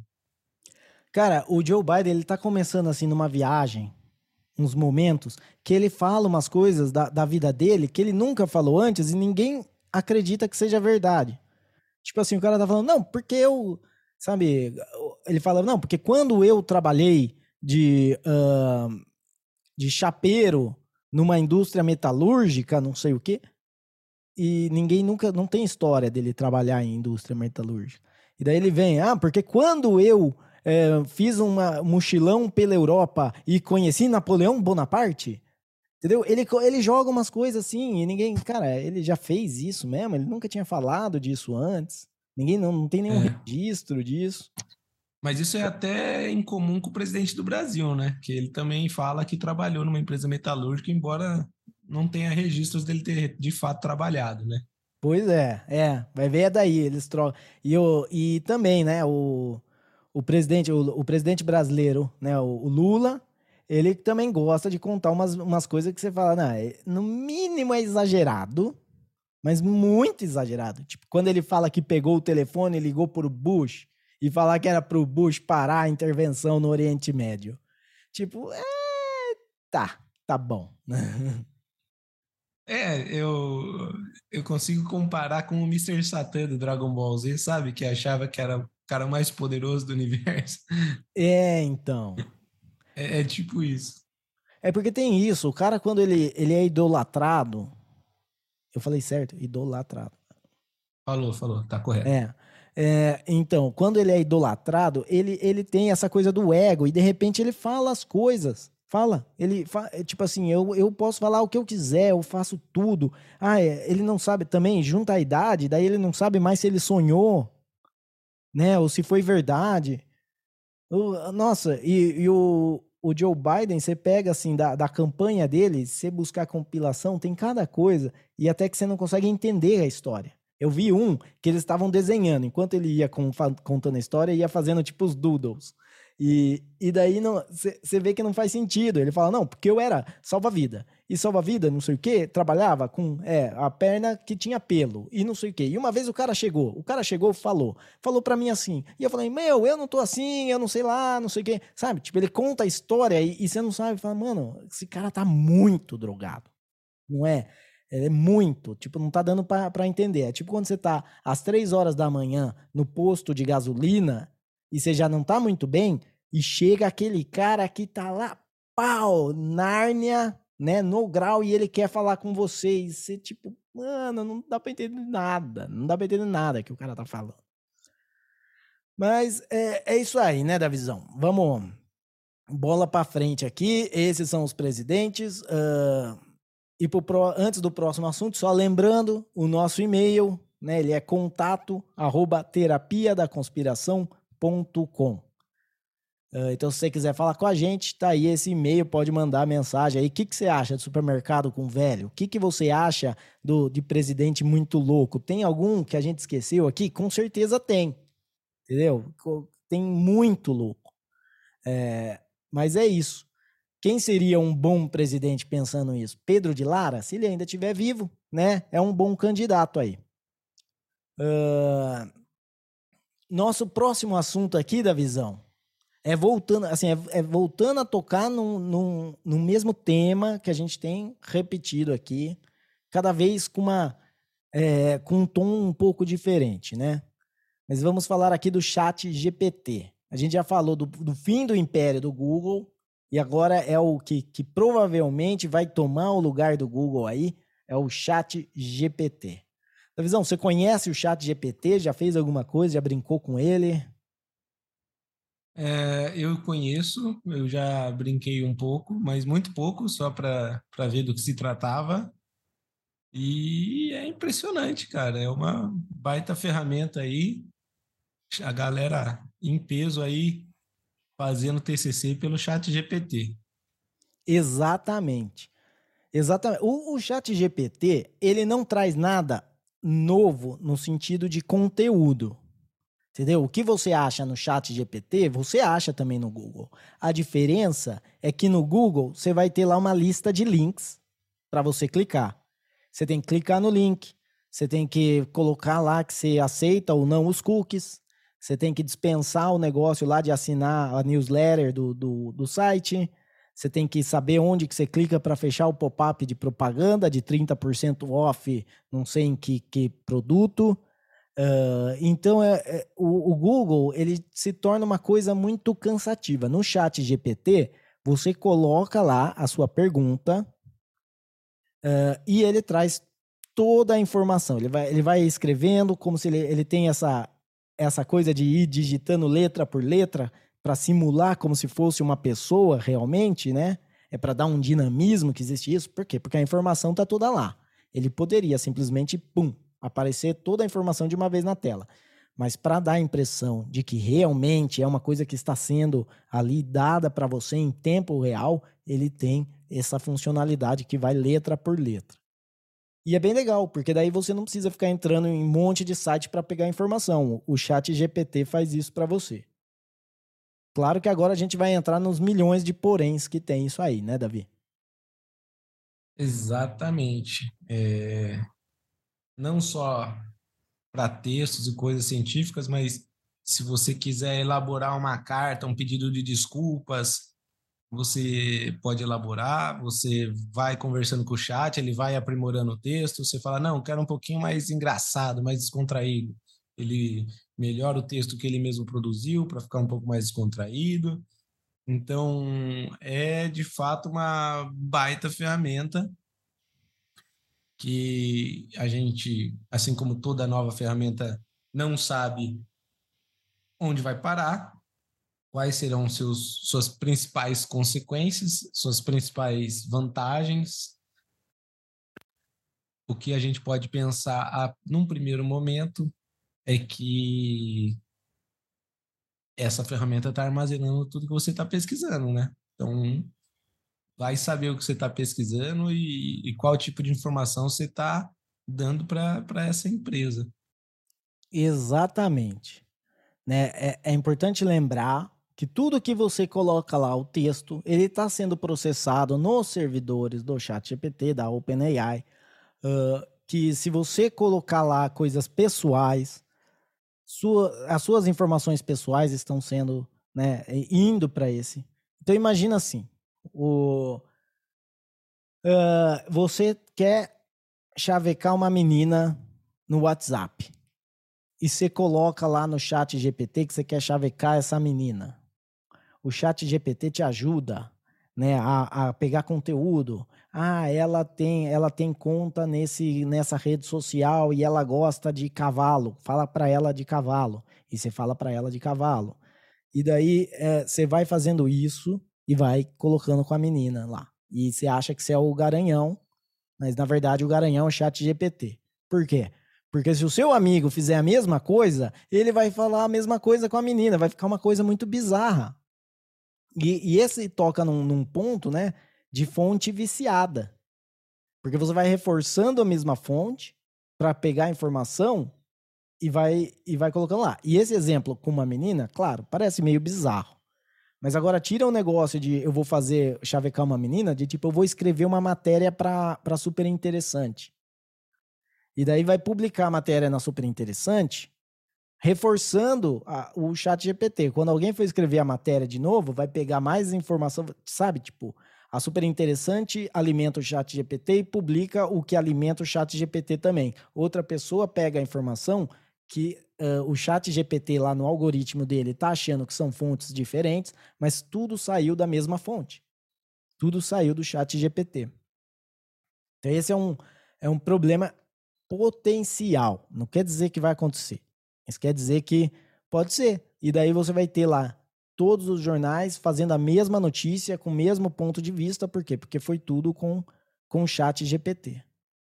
Cara, o Joe Biden, ele tá começando assim numa viagem, uns momentos, que ele fala umas coisas da, da vida dele que ele nunca falou antes e ninguém acredita que seja verdade. Tipo assim, o cara tá falando, não, porque eu, sabe, ele fala, não, porque quando eu trabalhei de, uh, de chapeiro numa indústria metalúrgica, não sei o quê, e ninguém nunca, não tem história dele trabalhar em indústria metalúrgica. E daí ele vem, ah, porque quando eu é, fiz um mochilão pela Europa e conheci Napoleão Bonaparte, entendeu? Ele, ele joga umas coisas assim e ninguém, cara, ele já fez isso mesmo, ele nunca tinha falado disso antes. Ninguém não, não tem nenhum É. registro disso. Mas isso é até incomum com o presidente do Brasil, né? Que ele também fala que trabalhou numa empresa metalúrgica, embora não tenha registros dele ter de fato trabalhado, né? Pois é, é, vai ver daí, eles trocam. E, o, e também, né, o, o presidente, o, o presidente brasileiro, né, o, o Lula, ele também gosta de contar umas, umas coisas que você fala, não, é, no mínimo é exagerado, mas muito exagerado. Tipo, quando ele fala que pegou o telefone e ligou pro Bush e falar que era pro Bush parar a intervenção no Oriente Médio. Tipo, é, tá, tá bom. É, eu, eu consigo comparar com o mister Satan do Dragon Ball Z, sabe? Que achava que era o cara mais poderoso do universo. É, então. É, é tipo isso. É porque tem isso, o cara quando ele, ele é idolatrado, eu falei certo? Idolatrado. Falou, falou, tá correto. É. É, então, quando ele é idolatrado, ele, ele tem essa coisa do ego e de repente ele fala as coisas. Fala. Ele fa, tipo assim, eu, eu posso falar o que eu quiser, eu faço tudo. Ah, é, ele não sabe também, junta a idade, daí ele não sabe mais se ele sonhou, né? Ou se foi verdade. O- nossa, e, e o, o Joe Biden, você pega assim, da, da campanha dele, você buscar compilação, tem cada coisa, e até que você não consegue entender a história. Eu vi um que eles estavam desenhando, enquanto ele ia com, fa- contando a história, ia fazendo tipo os doodles. E, e daí você vê que não faz sentido. Ele fala, não, porque eu era salva-vida. E salva-vida, não sei o quê, trabalhava com é, a perna que tinha pelo e não sei o quê. E uma vez o cara chegou, o cara chegou e falou, falou pra mim assim. E eu falei, meu, eu não tô assim, eu não sei lá, não sei o quê. Sabe? Tipo, ele conta a história e, e você não sabe, fala, mano, esse cara tá muito drogado. Não é? É muito, tipo, não tá dando pra, pra entender. É tipo quando você tá às três horas da manhã no posto de gasolina e você já não tá muito bem e chega aquele cara que tá lá, pau, Nárnia, né, no grau, e ele quer falar com você, e você tipo, mano, não dá pra entender nada, não dá pra entender nada que o cara tá falando. Mas é, é isso aí, né, Davizão? Vamos, bola pra frente aqui, esses são os presidentes. Uh, e pro pro, antes do próximo assunto, só lembrando, o nosso e-mail, né, ele é contato arroba terapia da conspiração ponto com. Uh, então, se você quiser falar com a gente, tá aí esse e-mail, pode mandar mensagem aí. O que, que você acha de supermercado com velho? O que, que você acha do, de presidente muito louco? Tem algum que a gente esqueceu aqui? Com certeza tem, entendeu? Tem muito louco. É, mas é isso. Quem seria um bom presidente pensando nisso? Pedro de Lara, se ele ainda estiver vivo, né? É um bom candidato aí. Uh, nosso próximo assunto aqui da visão é voltando, assim, é, é voltando a tocar no, no, no mesmo tema que a gente tem repetido aqui, cada vez com uma é, com um tom um pouco diferente, né? Mas vamos falar aqui do Chat G P T. A gente já falou do, do fim do império do Google e agora é o que, que provavelmente vai tomar o lugar do Google aí, é o Chat G P T. Davizão, você conhece o Chat G P T? Já fez alguma coisa? Já brincou com ele? É, eu conheço, eu já brinquei um pouco, mas muito pouco, só para ver do que se tratava. E é impressionante, cara. É uma baita ferramenta aí. A galera em peso aí fazendo T C C pelo Chat G P T. Exatamente. Exatamente. O, o Chat G P T, ele não traz nada novo no sentido de conteúdo. Entendeu? O que você acha no Chat G P T, você acha também no Google. A diferença é que no Google você vai ter lá uma lista de links para você clicar. Você tem que clicar no link, você tem que colocar lá que você aceita ou não os cookies, você tem que dispensar o negócio lá de assinar a newsletter do, do, do site, você tem que saber onde que você clica para fechar o pop-up de propaganda de trinta por cento off, não sei em que, que produto. Uh, então, é, é, o, o Google ele se torna uma coisa muito cansativa. No Chat G P T, você coloca lá a sua pergunta uh, e ele traz toda a informação. Ele vai, ele vai escrevendo como se ele, ele tem essa, essa coisa de ir digitando letra por letra para simular como se fosse uma pessoa realmente, né? É para dar um dinamismo que existe isso. Por quê? Porque a informação está toda lá. Ele poderia simplesmente, pum, aparecer toda a informação de uma vez na tela. Mas para dar a impressão de que realmente é uma coisa que está sendo ali dada para você em tempo real, ele tem essa funcionalidade que vai letra por letra. E é bem legal, porque daí você não precisa ficar entrando em um monte de site para pegar informação. O Chat G P T faz isso para você. Claro que agora a gente vai entrar nos milhões de poréns que tem isso aí, né, Davi? Exatamente. É... Não só para textos e coisas científicas, mas se você quiser elaborar uma carta, um pedido de desculpas, você pode elaborar, você vai conversando com o chat, ele vai aprimorando o texto, você fala, não, quero um pouquinho mais engraçado, mais descontraído. Ele melhora o texto que ele mesmo produziu para ficar um pouco mais descontraído. Então, é de fato uma baita ferramenta que a gente, assim como toda nova ferramenta, não sabe onde vai parar, quais serão seus, suas principais consequências, suas principais vantagens. O que a gente pode pensar a, num primeiro momento é que essa ferramenta está armazenando tudo que você está pesquisando, né? Então, vai saber o que você está pesquisando e, e qual tipo de informação você está dando para essa empresa. Exatamente. Né? É, é importante lembrar que tudo que você coloca lá, o texto, ele está sendo processado nos servidores do ChatGPT, da OpenAI, uh, que se você colocar lá coisas pessoais, sua, as suas informações pessoais estão sendo, né, indo para esse. Então imagina assim, o, uh, você quer chavecar uma menina no WhatsApp e você coloca lá no chat G P T que você quer chavecar essa menina. O chat G P T te ajuda, né, a, a pegar conteúdo. Ah, ela tem, ela tem conta nesse, nessa rede social e ela gosta de cavalo. Fala para ela de cavalo. E você fala para ela de cavalo. E daí é, você vai fazendo isso e vai colocando com a menina lá. E você acha que você é o garanhão, mas na verdade o garanhão é o chat G P T. Por quê? Porque se o seu amigo fizer a mesma coisa, ele vai falar a mesma coisa com a menina. Vai ficar uma coisa muito bizarra. E, e esse toca num, num ponto, né, de fonte viciada. Porque você vai reforçando a mesma fonte para pegar a informação e vai, e vai colocando lá. E esse exemplo com uma menina, claro, parece meio bizarro. Mas agora tira o negócio de eu vou fazer, chavecar uma menina, de tipo, eu vou escrever uma matéria para Super Interessante. E daí vai publicar a matéria na Super Interessante, reforçando a, o chat G P T. Quando alguém for escrever a matéria de novo, vai pegar mais informação, sabe? Tipo, a Super Interessante alimenta o chat G P T e publica o que alimenta o chat G P T também. Outra pessoa pega a informação que uh, o chat G P T lá no algoritmo dele está achando que são fontes diferentes, mas tudo saiu da mesma fonte. Tudo saiu do chat G P T. Então esse é um, é um problema potencial. Não quer dizer que vai acontecer. Isso quer dizer que pode ser. E daí você vai ter lá todos os jornais fazendo a mesma notícia, com o mesmo ponto de vista. Por quê? Porque foi tudo com, com o chat G P T.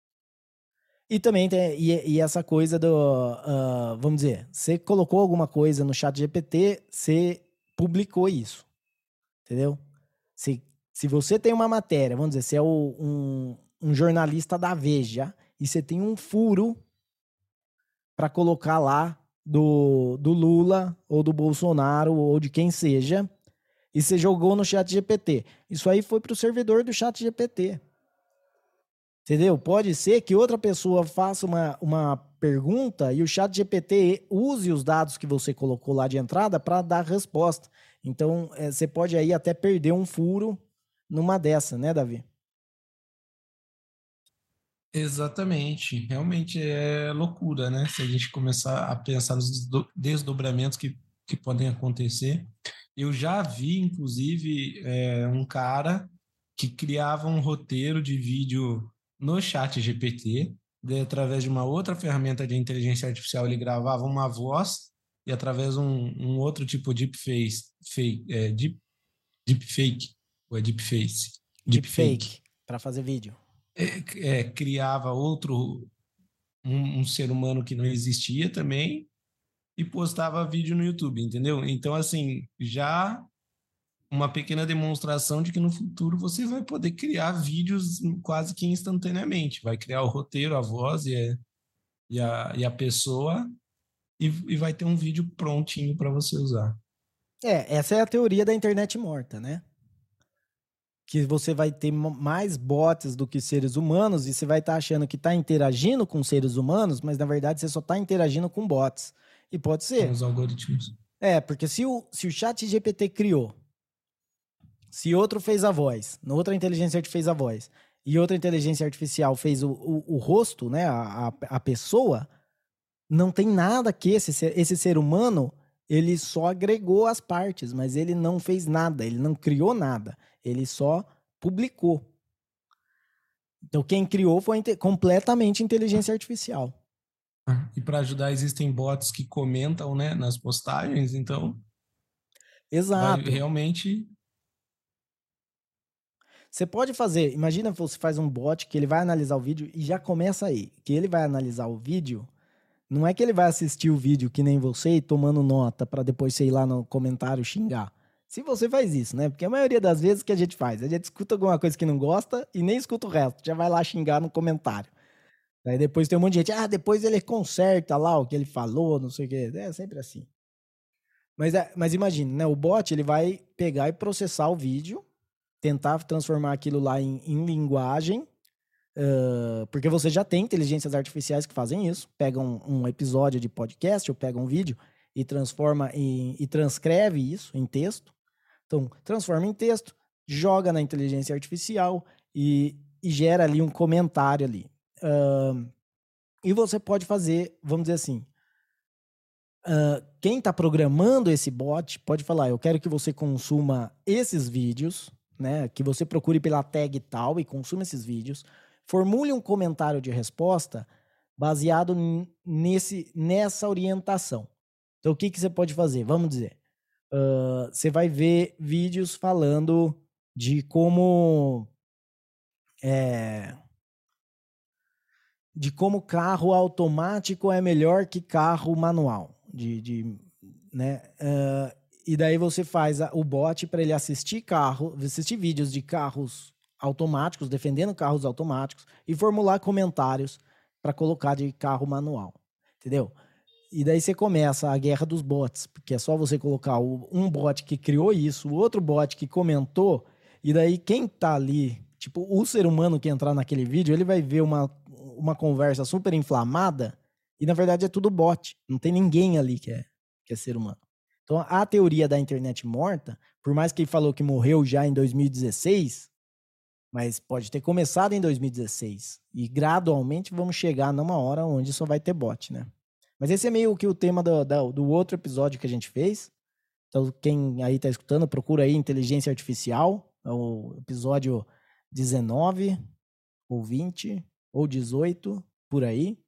E também tem e, e essa coisa do... Uh, vamos dizer, você colocou alguma coisa no chat G P T, você publicou isso. Entendeu? Se, se você tem uma matéria, vamos dizer, você é o, um, um jornalista da Veja e você tem um furo para colocar lá do, do Lula ou do Bolsonaro ou de quem seja, e você jogou no chat G P T. Isso aí foi para o servidor do chat G P T. Entendeu? Pode ser que outra pessoa faça uma, uma pergunta e o chat G P T use os dados que você colocou lá de entrada para dar resposta. Então, é, você pode aí até perder um furo numa dessa, né, Davi? Exatamente. Realmente é loucura, né? Se a gente começar a pensar nos desdobramentos que, que podem acontecer. Eu já vi, inclusive, é, um cara que criava um roteiro de vídeo no chat G P T, de, através de uma outra ferramenta de inteligência artificial, ele gravava uma voz e através de um, um outro tipo de deepface, fake, é, deep, deepfake, ou é deepface? Deepfake, para fazer vídeo. É, é, criava outro, um, um ser humano que não existia também e postava vídeo no YouTube, entendeu? Então, assim, já uma pequena demonstração de que no futuro você vai poder criar vídeos quase que instantaneamente. Vai criar o roteiro, a voz e a, e a, e a pessoa e, e vai ter um vídeo prontinho para você usar. É, essa é a teoria da internet morta, né? Que você vai ter mais bots do que seres humanos e você vai estar tá achando que está interagindo com seres humanos, mas na verdade você só está interagindo com bots. E pode ser. Com os algoritmos. É, porque se o, se o chat G P T criou, se outro fez a voz, outra inteligência artificial fez a voz, e outra inteligência artificial fez o, o, o rosto, né, a, a pessoa, não tem nada que esse ser, esse ser humano, ele só agregou as partes, mas ele não fez nada, ele não criou nada, ele só publicou. Então quem criou foi completamente inteligência artificial. E para ajudar existem bots que comentam, né, nas postagens, então... Exato. Vai realmente... Você pode fazer, imagina que você faz um bot que ele vai analisar o vídeo e já começa aí, que ele vai analisar o vídeo, não é que ele vai assistir o vídeo que nem você e tomando nota para depois você ir lá no comentário xingar. Se você faz isso, né? Porque a maioria das vezes que a gente faz, a gente escuta alguma coisa que não gosta e nem escuta o resto, já vai lá xingar no comentário. Aí depois tem um monte de gente, ah, depois ele conserta lá o que ele falou, não sei o quê. É sempre assim. Mas, mas imagina, né? O bot ele vai pegar e processar o vídeo, tentar transformar aquilo lá em, em linguagem, uh, porque você já tem inteligências artificiais que fazem isso, pegam um, um episódio de podcast ou pegam um vídeo e transforma em, e transcreve isso em texto. Então, transforma em texto, joga na inteligência artificial e, e gera ali um comentário ali. Uh, e você pode fazer, vamos dizer assim, uh, quem está programando esse bot pode falar, eu quero que você consuma esses vídeos, né? Que você procure pela tag tal e consuma esses vídeos. Formule um comentário de resposta baseado nesse, nessa orientação. Então, o que, que você pode fazer? Vamos dizer, uh, você vai ver vídeos falando de como... É, de como carro automático é melhor que carro manual. De, de, né? Uh, e daí você faz a, o bot para ele assistir carro, assistir vídeos de carros automáticos, defendendo carros automáticos, e formular comentários para colocar de carro manual, entendeu? E daí você começa a guerra dos bots, porque é só você colocar o, um bot que criou isso, o outro bot que comentou, e daí quem tá ali, tipo, o ser humano que entrar naquele vídeo, ele vai ver uma, uma conversa super inflamada, e na verdade é tudo bot, não tem ninguém ali que é, que é ser humano. Então a teoria da internet morta, por mais que ele falou que morreu já em dois mil e dezesseis, mas pode ter começado em dois mil e dezesseis. E gradualmente vamos chegar numa hora onde só vai ter bot, né? Mas esse é meio que o tema do, do, do outro episódio que a gente fez. Então, quem aí tá escutando, procura aí Inteligência Artificial. É o episódio dezenove, ou vinte, ou dezoito, por aí.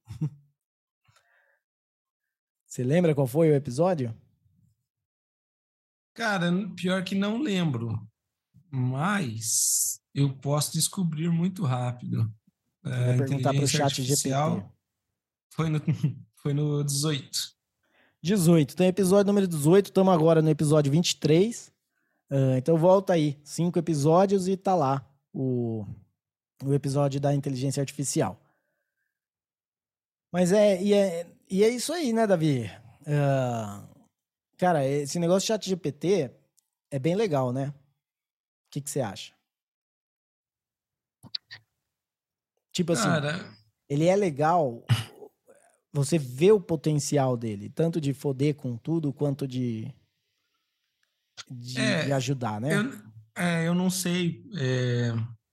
Você lembra qual foi o episódio? Cara, pior que não lembro. Mas eu posso descobrir muito rápido. Você vai A perguntar para o inteligência chat G P T. artificial foi no, foi no dezoito. dezoito. Tem episódio número dezoito, estamos agora no episódio vinte e três. Uh, então volta aí, cinco episódios e tá lá o, o episódio da inteligência artificial. Mas é e, é, e é isso aí, né, Davi? Uh, cara, esse negócio de chat G P T é bem legal, né? O que, que você acha? Tipo assim, Cara, ele é legal, você vê o potencial dele, tanto de foder com tudo, quanto de, de, de é, ajudar, né? eu, é, eu não sei, é,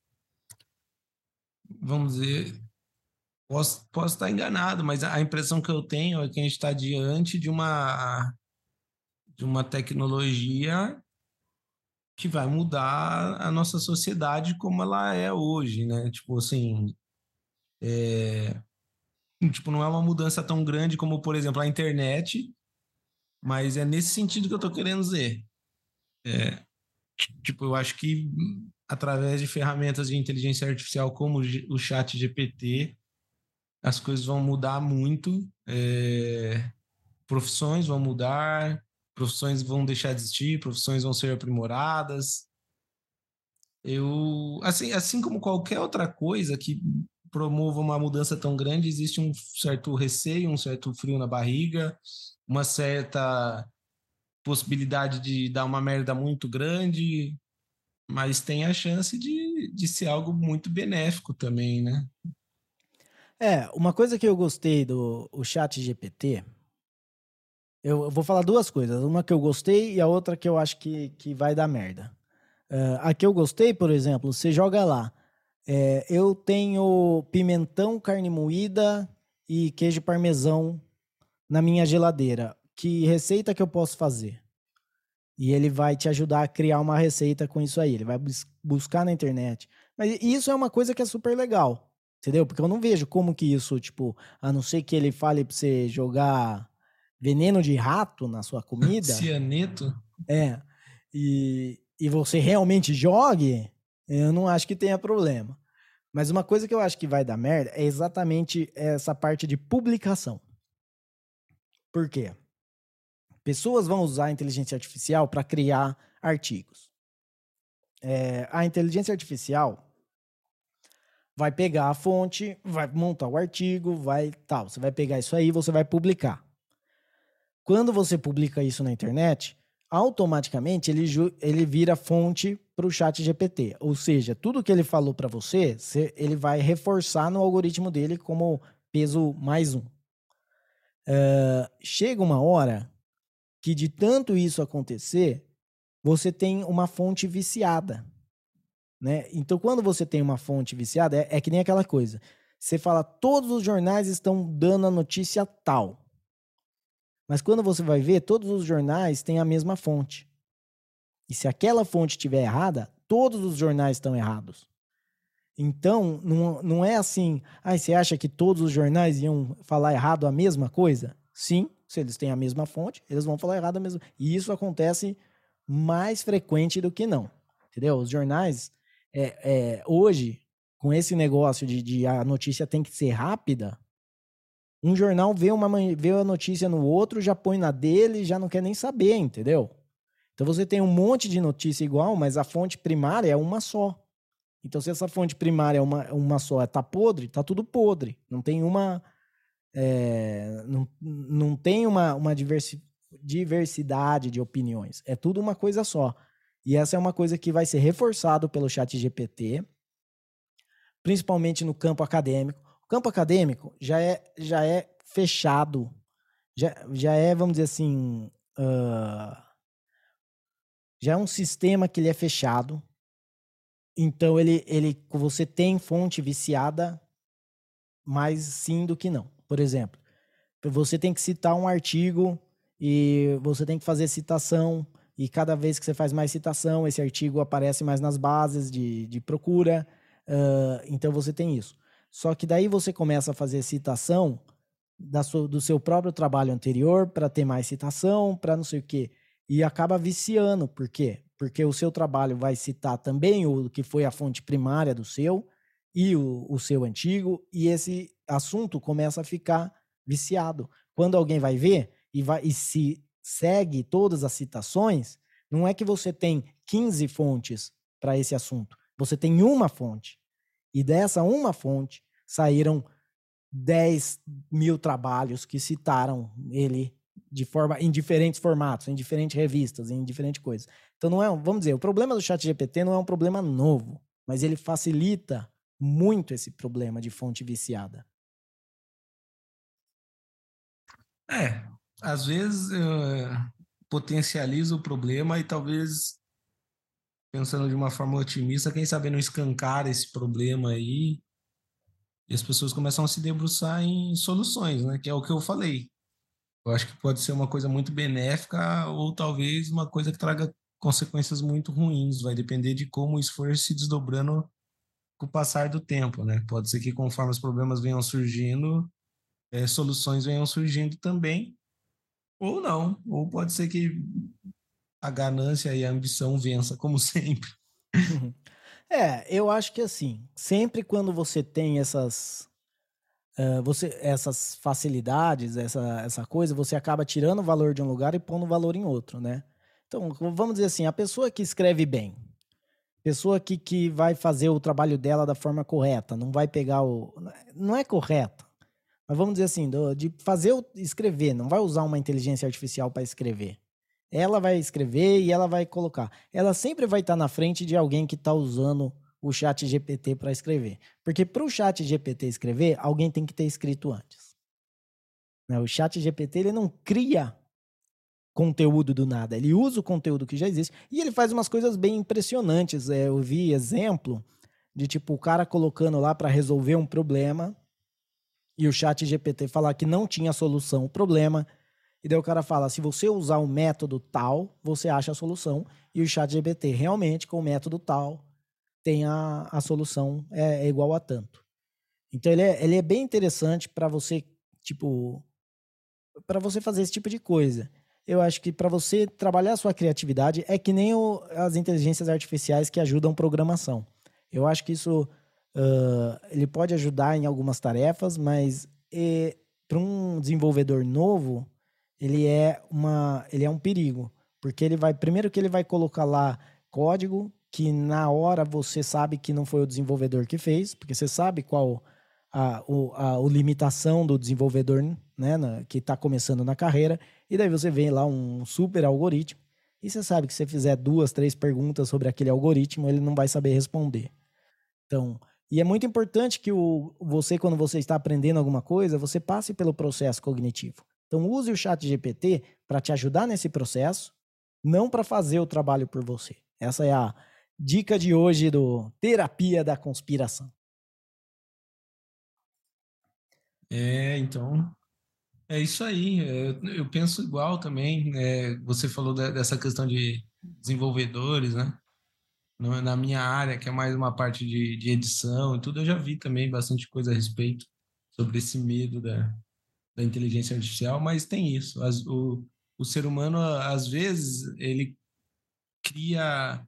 vamos dizer, posso, posso estar enganado, mas a impressão que eu tenho é que a gente está diante de uma, de uma tecnologia que vai mudar a nossa sociedade como ela é hoje, né? Tipo assim, é, tipo, não é uma mudança tão grande como, por exemplo, a internet, mas é nesse sentido que eu estou querendo dizer. É, tipo, eu acho que através de ferramentas de inteligência artificial como o chat G P T, as coisas vão mudar muito, é, profissões vão mudar, profissões vão deixar de existir, profissões vão ser aprimoradas. Eu, assim, assim como qualquer outra coisa que promova uma mudança tão grande, existe um certo receio, um certo frio na barriga, uma certa possibilidade de dar uma merda muito grande, mas tem a chance de, de ser algo muito benéfico também, né? É, uma coisa que eu gostei do o chat G P T, eu, eu vou falar duas coisas. Uma que eu gostei e a outra que eu acho que, que vai dar merda. Uh, a que eu gostei, por exemplo, você joga lá. É, eu tenho pimentão, carne moída e queijo parmesão na minha geladeira. Que receita que eu posso fazer? E ele vai te ajudar a criar uma receita com isso aí. Ele vai bus buscar na internet. Mas isso é uma coisa que é super legal. Entendeu? Porque eu não vejo como que isso, tipo, a não ser que ele fale pra você jogar veneno de rato na sua comida. Cianeto? É. E, e você realmente jogue, eu não acho que tenha problema. Mas uma coisa que eu acho que vai dar merda é exatamente essa parte de publicação. Por quê? Pessoas vão usar a inteligência artificial para criar artigos. É, a inteligência artificial vai pegar a fonte, vai montar o artigo, vai tal. Você vai pegar isso aí, você vai publicar. Quando você publica isso na internet, automaticamente ele, ele vira fonte para o chat G P T. Ou seja, tudo que ele falou para você, você, ele vai reforçar no algoritmo dele como peso mais um. Uh, chega uma hora que de tanto isso acontecer, você tem uma fonte viciada. Né? Então, quando você tem uma fonte viciada, é, é que nem aquela coisa. Você fala, todos os jornais estão dando a notícia tal. Mas quando você vai ver, todos os jornais têm a mesma fonte. E se aquela fonte estiver errada, todos os jornais estão errados. Então, não, não é assim, ah, você acha que todos os jornais iam falar errado a mesma coisa? Sim, se eles têm a mesma fonte, eles vão falar errado a mesma. E isso acontece mais frequente do que não, entendeu? Os jornais, é, é, hoje, com esse negócio de, de a notícia tem que ser rápida, um jornal vê, uma, vê a notícia no outro, já põe na dele, já não quer nem saber, entendeu? Então você tem um monte de notícia igual, mas a fonte primária é uma só. Então, se essa fonte primária é uma, uma só, tá podre, tá tudo podre. Não tem uma. É, não, não tem uma, uma diversi, diversidade de opiniões. É tudo uma coisa só. E essa é uma coisa que vai ser reforçado pelo ChatGPT, principalmente no campo acadêmico. O campo acadêmico já é, já é fechado. Já, já é, vamos dizer assim. Uh, já é um sistema que ele é fechado. Então, ele, ele, você tem fonte viciada, mais sim do que não. Por exemplo, você tem que citar um artigo e você tem que fazer citação, e cada vez que você faz mais citação, esse artigo aparece mais nas bases de, de procura. Uh, então, você tem isso. Só que daí você começa a fazer citação da sua, do seu próprio trabalho anterior para ter mais citação, para não sei o quê. E acaba viciando. Por quê? Porque o seu trabalho vai citar também o que foi a fonte primária do seu e o, o seu antigo, e esse assunto começa a ficar viciado. Quando alguém vai ver e, vai, e se segue todas as citações, não é que você tem quinze fontes para esse assunto, você tem uma fonte. E dessa uma fonte saíram dez mil trabalhos que citaram ele de forma, em diferentes formatos, em diferentes revistas, em diferentes coisas. Então, não é, vamos dizer, o problema do ChatGPT não é um problema novo, mas ele facilita muito esse problema de fonte viciada. É, às vezes uh, potencializa o problema e talvez, pensando de uma forma otimista, quem sabe não escancar esse problema aí e as pessoas começam a se debruçar em soluções, né? Que é o que eu falei. Eu acho que pode ser uma coisa muito benéfica ou talvez uma coisa que traga consequências muito ruins. Vai depender de como isso for se desdobrando com o passar do tempo, né? Pode ser que conforme os problemas venham surgindo, é, soluções venham surgindo também, ou não. Ou pode ser que a ganância e a ambição vença, como sempre. É, eu acho que assim, sempre quando você tem essas, uh, você, essas facilidades, essa, essa coisa, você acaba tirando o valor de um lugar e pondo valor em outro, né? Então, vamos dizer assim, a pessoa que escreve bem, pessoa que, que vai fazer o trabalho dela da forma correta, não vai pegar o... Não é correta, mas vamos dizer assim, do, de fazer o escrever, não vai usar uma inteligência artificial para escrever. Ela vai escrever e ela vai colocar. Ela sempre vai estar na frente de alguém que está usando o chat G P T para escrever. Porque para o chat G P T escrever, alguém tem que ter escrito antes. Né? O chat G P T ele não cria conteúdo do nada. Ele usa o conteúdo que já existe e ele faz umas coisas bem impressionantes. É, eu vi exemplo de tipo o cara colocando lá para resolver um problema e o chat G P T falar que não tinha solução ao problema. E daí o cara fala, se você usar um método tal, você acha a solução. E o chat G P T realmente, com o método tal, tem a, a solução, é, é igual a tanto. Então ele é, ele é bem interessante para você, tipo, para você fazer esse tipo de coisa. Eu acho que para você trabalhar a sua criatividade é que nem o, as inteligências artificiais que ajudam programação. Eu acho que isso uh, ele pode ajudar em algumas tarefas, mas para um desenvolvedor novo, ele é, uma, ele é um perigo. Porque ele vai, primeiro que ele vai colocar lá código que na hora você sabe que não foi o desenvolvedor que fez, porque você sabe qual a, o, a, a limitação do desenvolvedor, né, na, que está começando na carreira, e daí você vê lá um super algoritmo, e você sabe que se você fizer duas, três perguntas sobre aquele algoritmo, ele não vai saber responder. Então, e é muito importante que o, você, quando você está aprendendo alguma coisa, você passe pelo processo cognitivo. Então, use o chat G P T para te ajudar nesse processo, não para fazer o trabalho por você. Essa é a dica de hoje do Terapia da Conspiração. É, então, é isso aí. Eu, eu penso igual também. É, você falou da, dessa questão de desenvolvedores, né? No- Na minha área, que é mais uma parte de, de edição e tudo, eu já vi também bastante coisa a respeito sobre esse medo da, da inteligência artificial, mas tem isso. As- o, o ser humano, às vezes, ele cria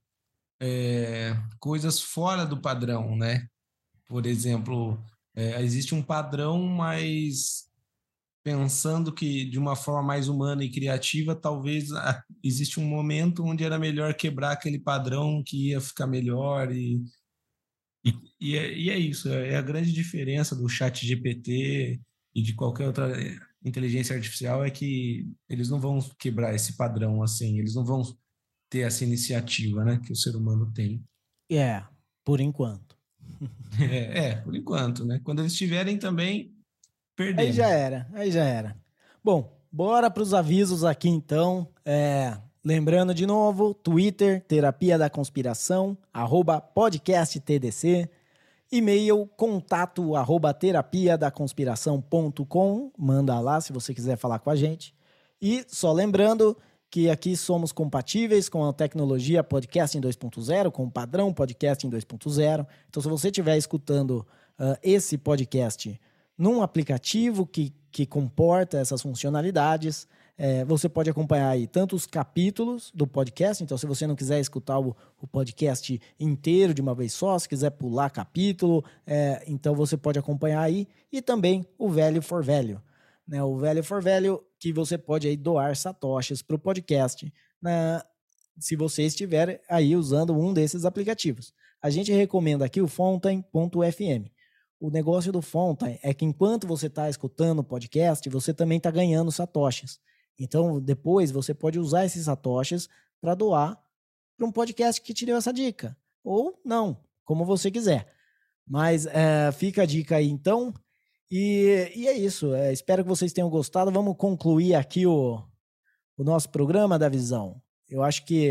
é, coisas fora do padrão, né? Por exemplo, é, existe um padrão, mas pensando que de uma forma mais humana e criativa, talvez ah, existe um momento onde era melhor quebrar aquele padrão que ia ficar melhor e, e, e, é, e é isso, é a grande diferença do chat G P T e de qualquer outra inteligência artificial é que eles não vão quebrar esse padrão assim, eles não vão ter essa iniciativa, né, que o ser humano tem. É, por enquanto. É, é, por enquanto, né? Quando eles tiverem também, Aí já perdemos. era, aí já era. Bom, bora para os avisos aqui então. É, lembrando de novo, Twitter, Terapia da Conspiração, arroba podcast T D C, e-mail contato arroba terapia da conspiração ponto com, manda lá se você quiser falar com a gente. E só lembrando que aqui somos compatíveis com a tecnologia Podcasting dois ponto zero, com o padrão Podcasting dois ponto zero. Então, se você estiver escutando uh, esse podcast num aplicativo que, que comporta essas funcionalidades, é, você pode acompanhar aí tanto os capítulos do podcast, então se você não quiser escutar o, o podcast inteiro de uma vez só, se quiser pular capítulo, é, então você pode acompanhar aí, e também o Velho for Velho, né? O Velho for Velho, que você pode aí doar satoshis para o podcast, né? Se você estiver aí usando um desses aplicativos. A gente recomenda aqui o Fountain ponto F M. O negócio do Fountain é que enquanto você está escutando o podcast, você também está ganhando satoshis. Então, depois você pode usar esses satoshis para doar para um podcast que te deu essa dica. Ou não, como você quiser. Mas é, fica a dica aí, então. E, e é isso. É, espero que vocês tenham gostado. Vamos concluir aqui o, o nosso programa da Visão. Eu acho que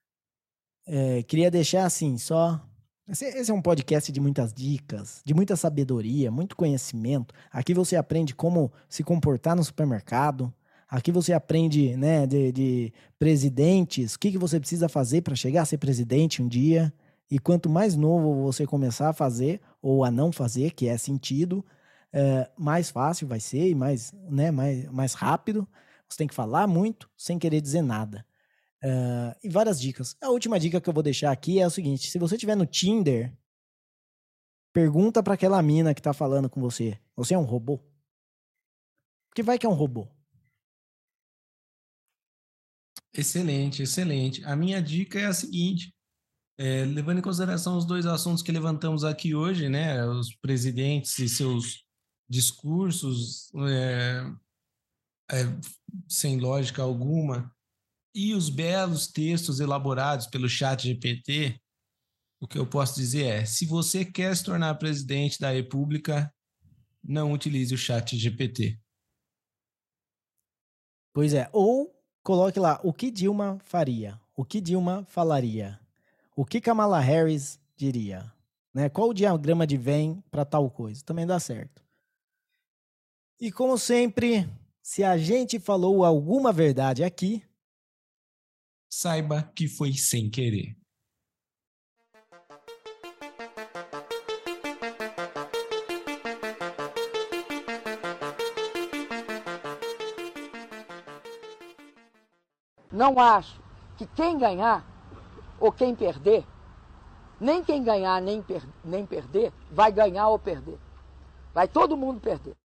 é, queria deixar assim, só... Esse, esse é um podcast de muitas dicas, de muita sabedoria, muito conhecimento. Aqui você aprende como se comportar no supermercado. Aqui você aprende, né, de, de presidentes, o que, que você precisa fazer para chegar a ser presidente um dia. E quanto mais novo você começar a fazer, ou a não fazer, que é sentido, é, mais fácil vai ser e mais, né, mais, mais rápido. Você tem que falar muito sem querer dizer nada. Uh, e várias dicas. A última dica que eu vou deixar aqui é o seguinte: se você estiver no Tinder, pergunta para aquela mina que tá falando com você: você é um robô? Porque vai que é um robô. Excelente, excelente. A minha dica é a seguinte: é, levando em consideração os dois assuntos que levantamos aqui hoje, né, os presidentes e seus discursos é, é, sem lógica alguma, e os belos textos elaborados pelo chat G P T, o que eu posso dizer é, se você quer se tornar presidente da República, não utilize o chat G P T. Pois é. Ou coloque lá o que Dilma faria, o que Dilma falaria, o que Kamala Harris diria, né? Qual o diagrama de Venn para tal coisa. Também dá certo. E como sempre, se a gente falou alguma verdade aqui, Saiba que foi sem querer. Não acho que quem ganhar ou quem perder, nem quem ganhar nem, per nem perder, vai ganhar ou perder. Vai todo mundo perder.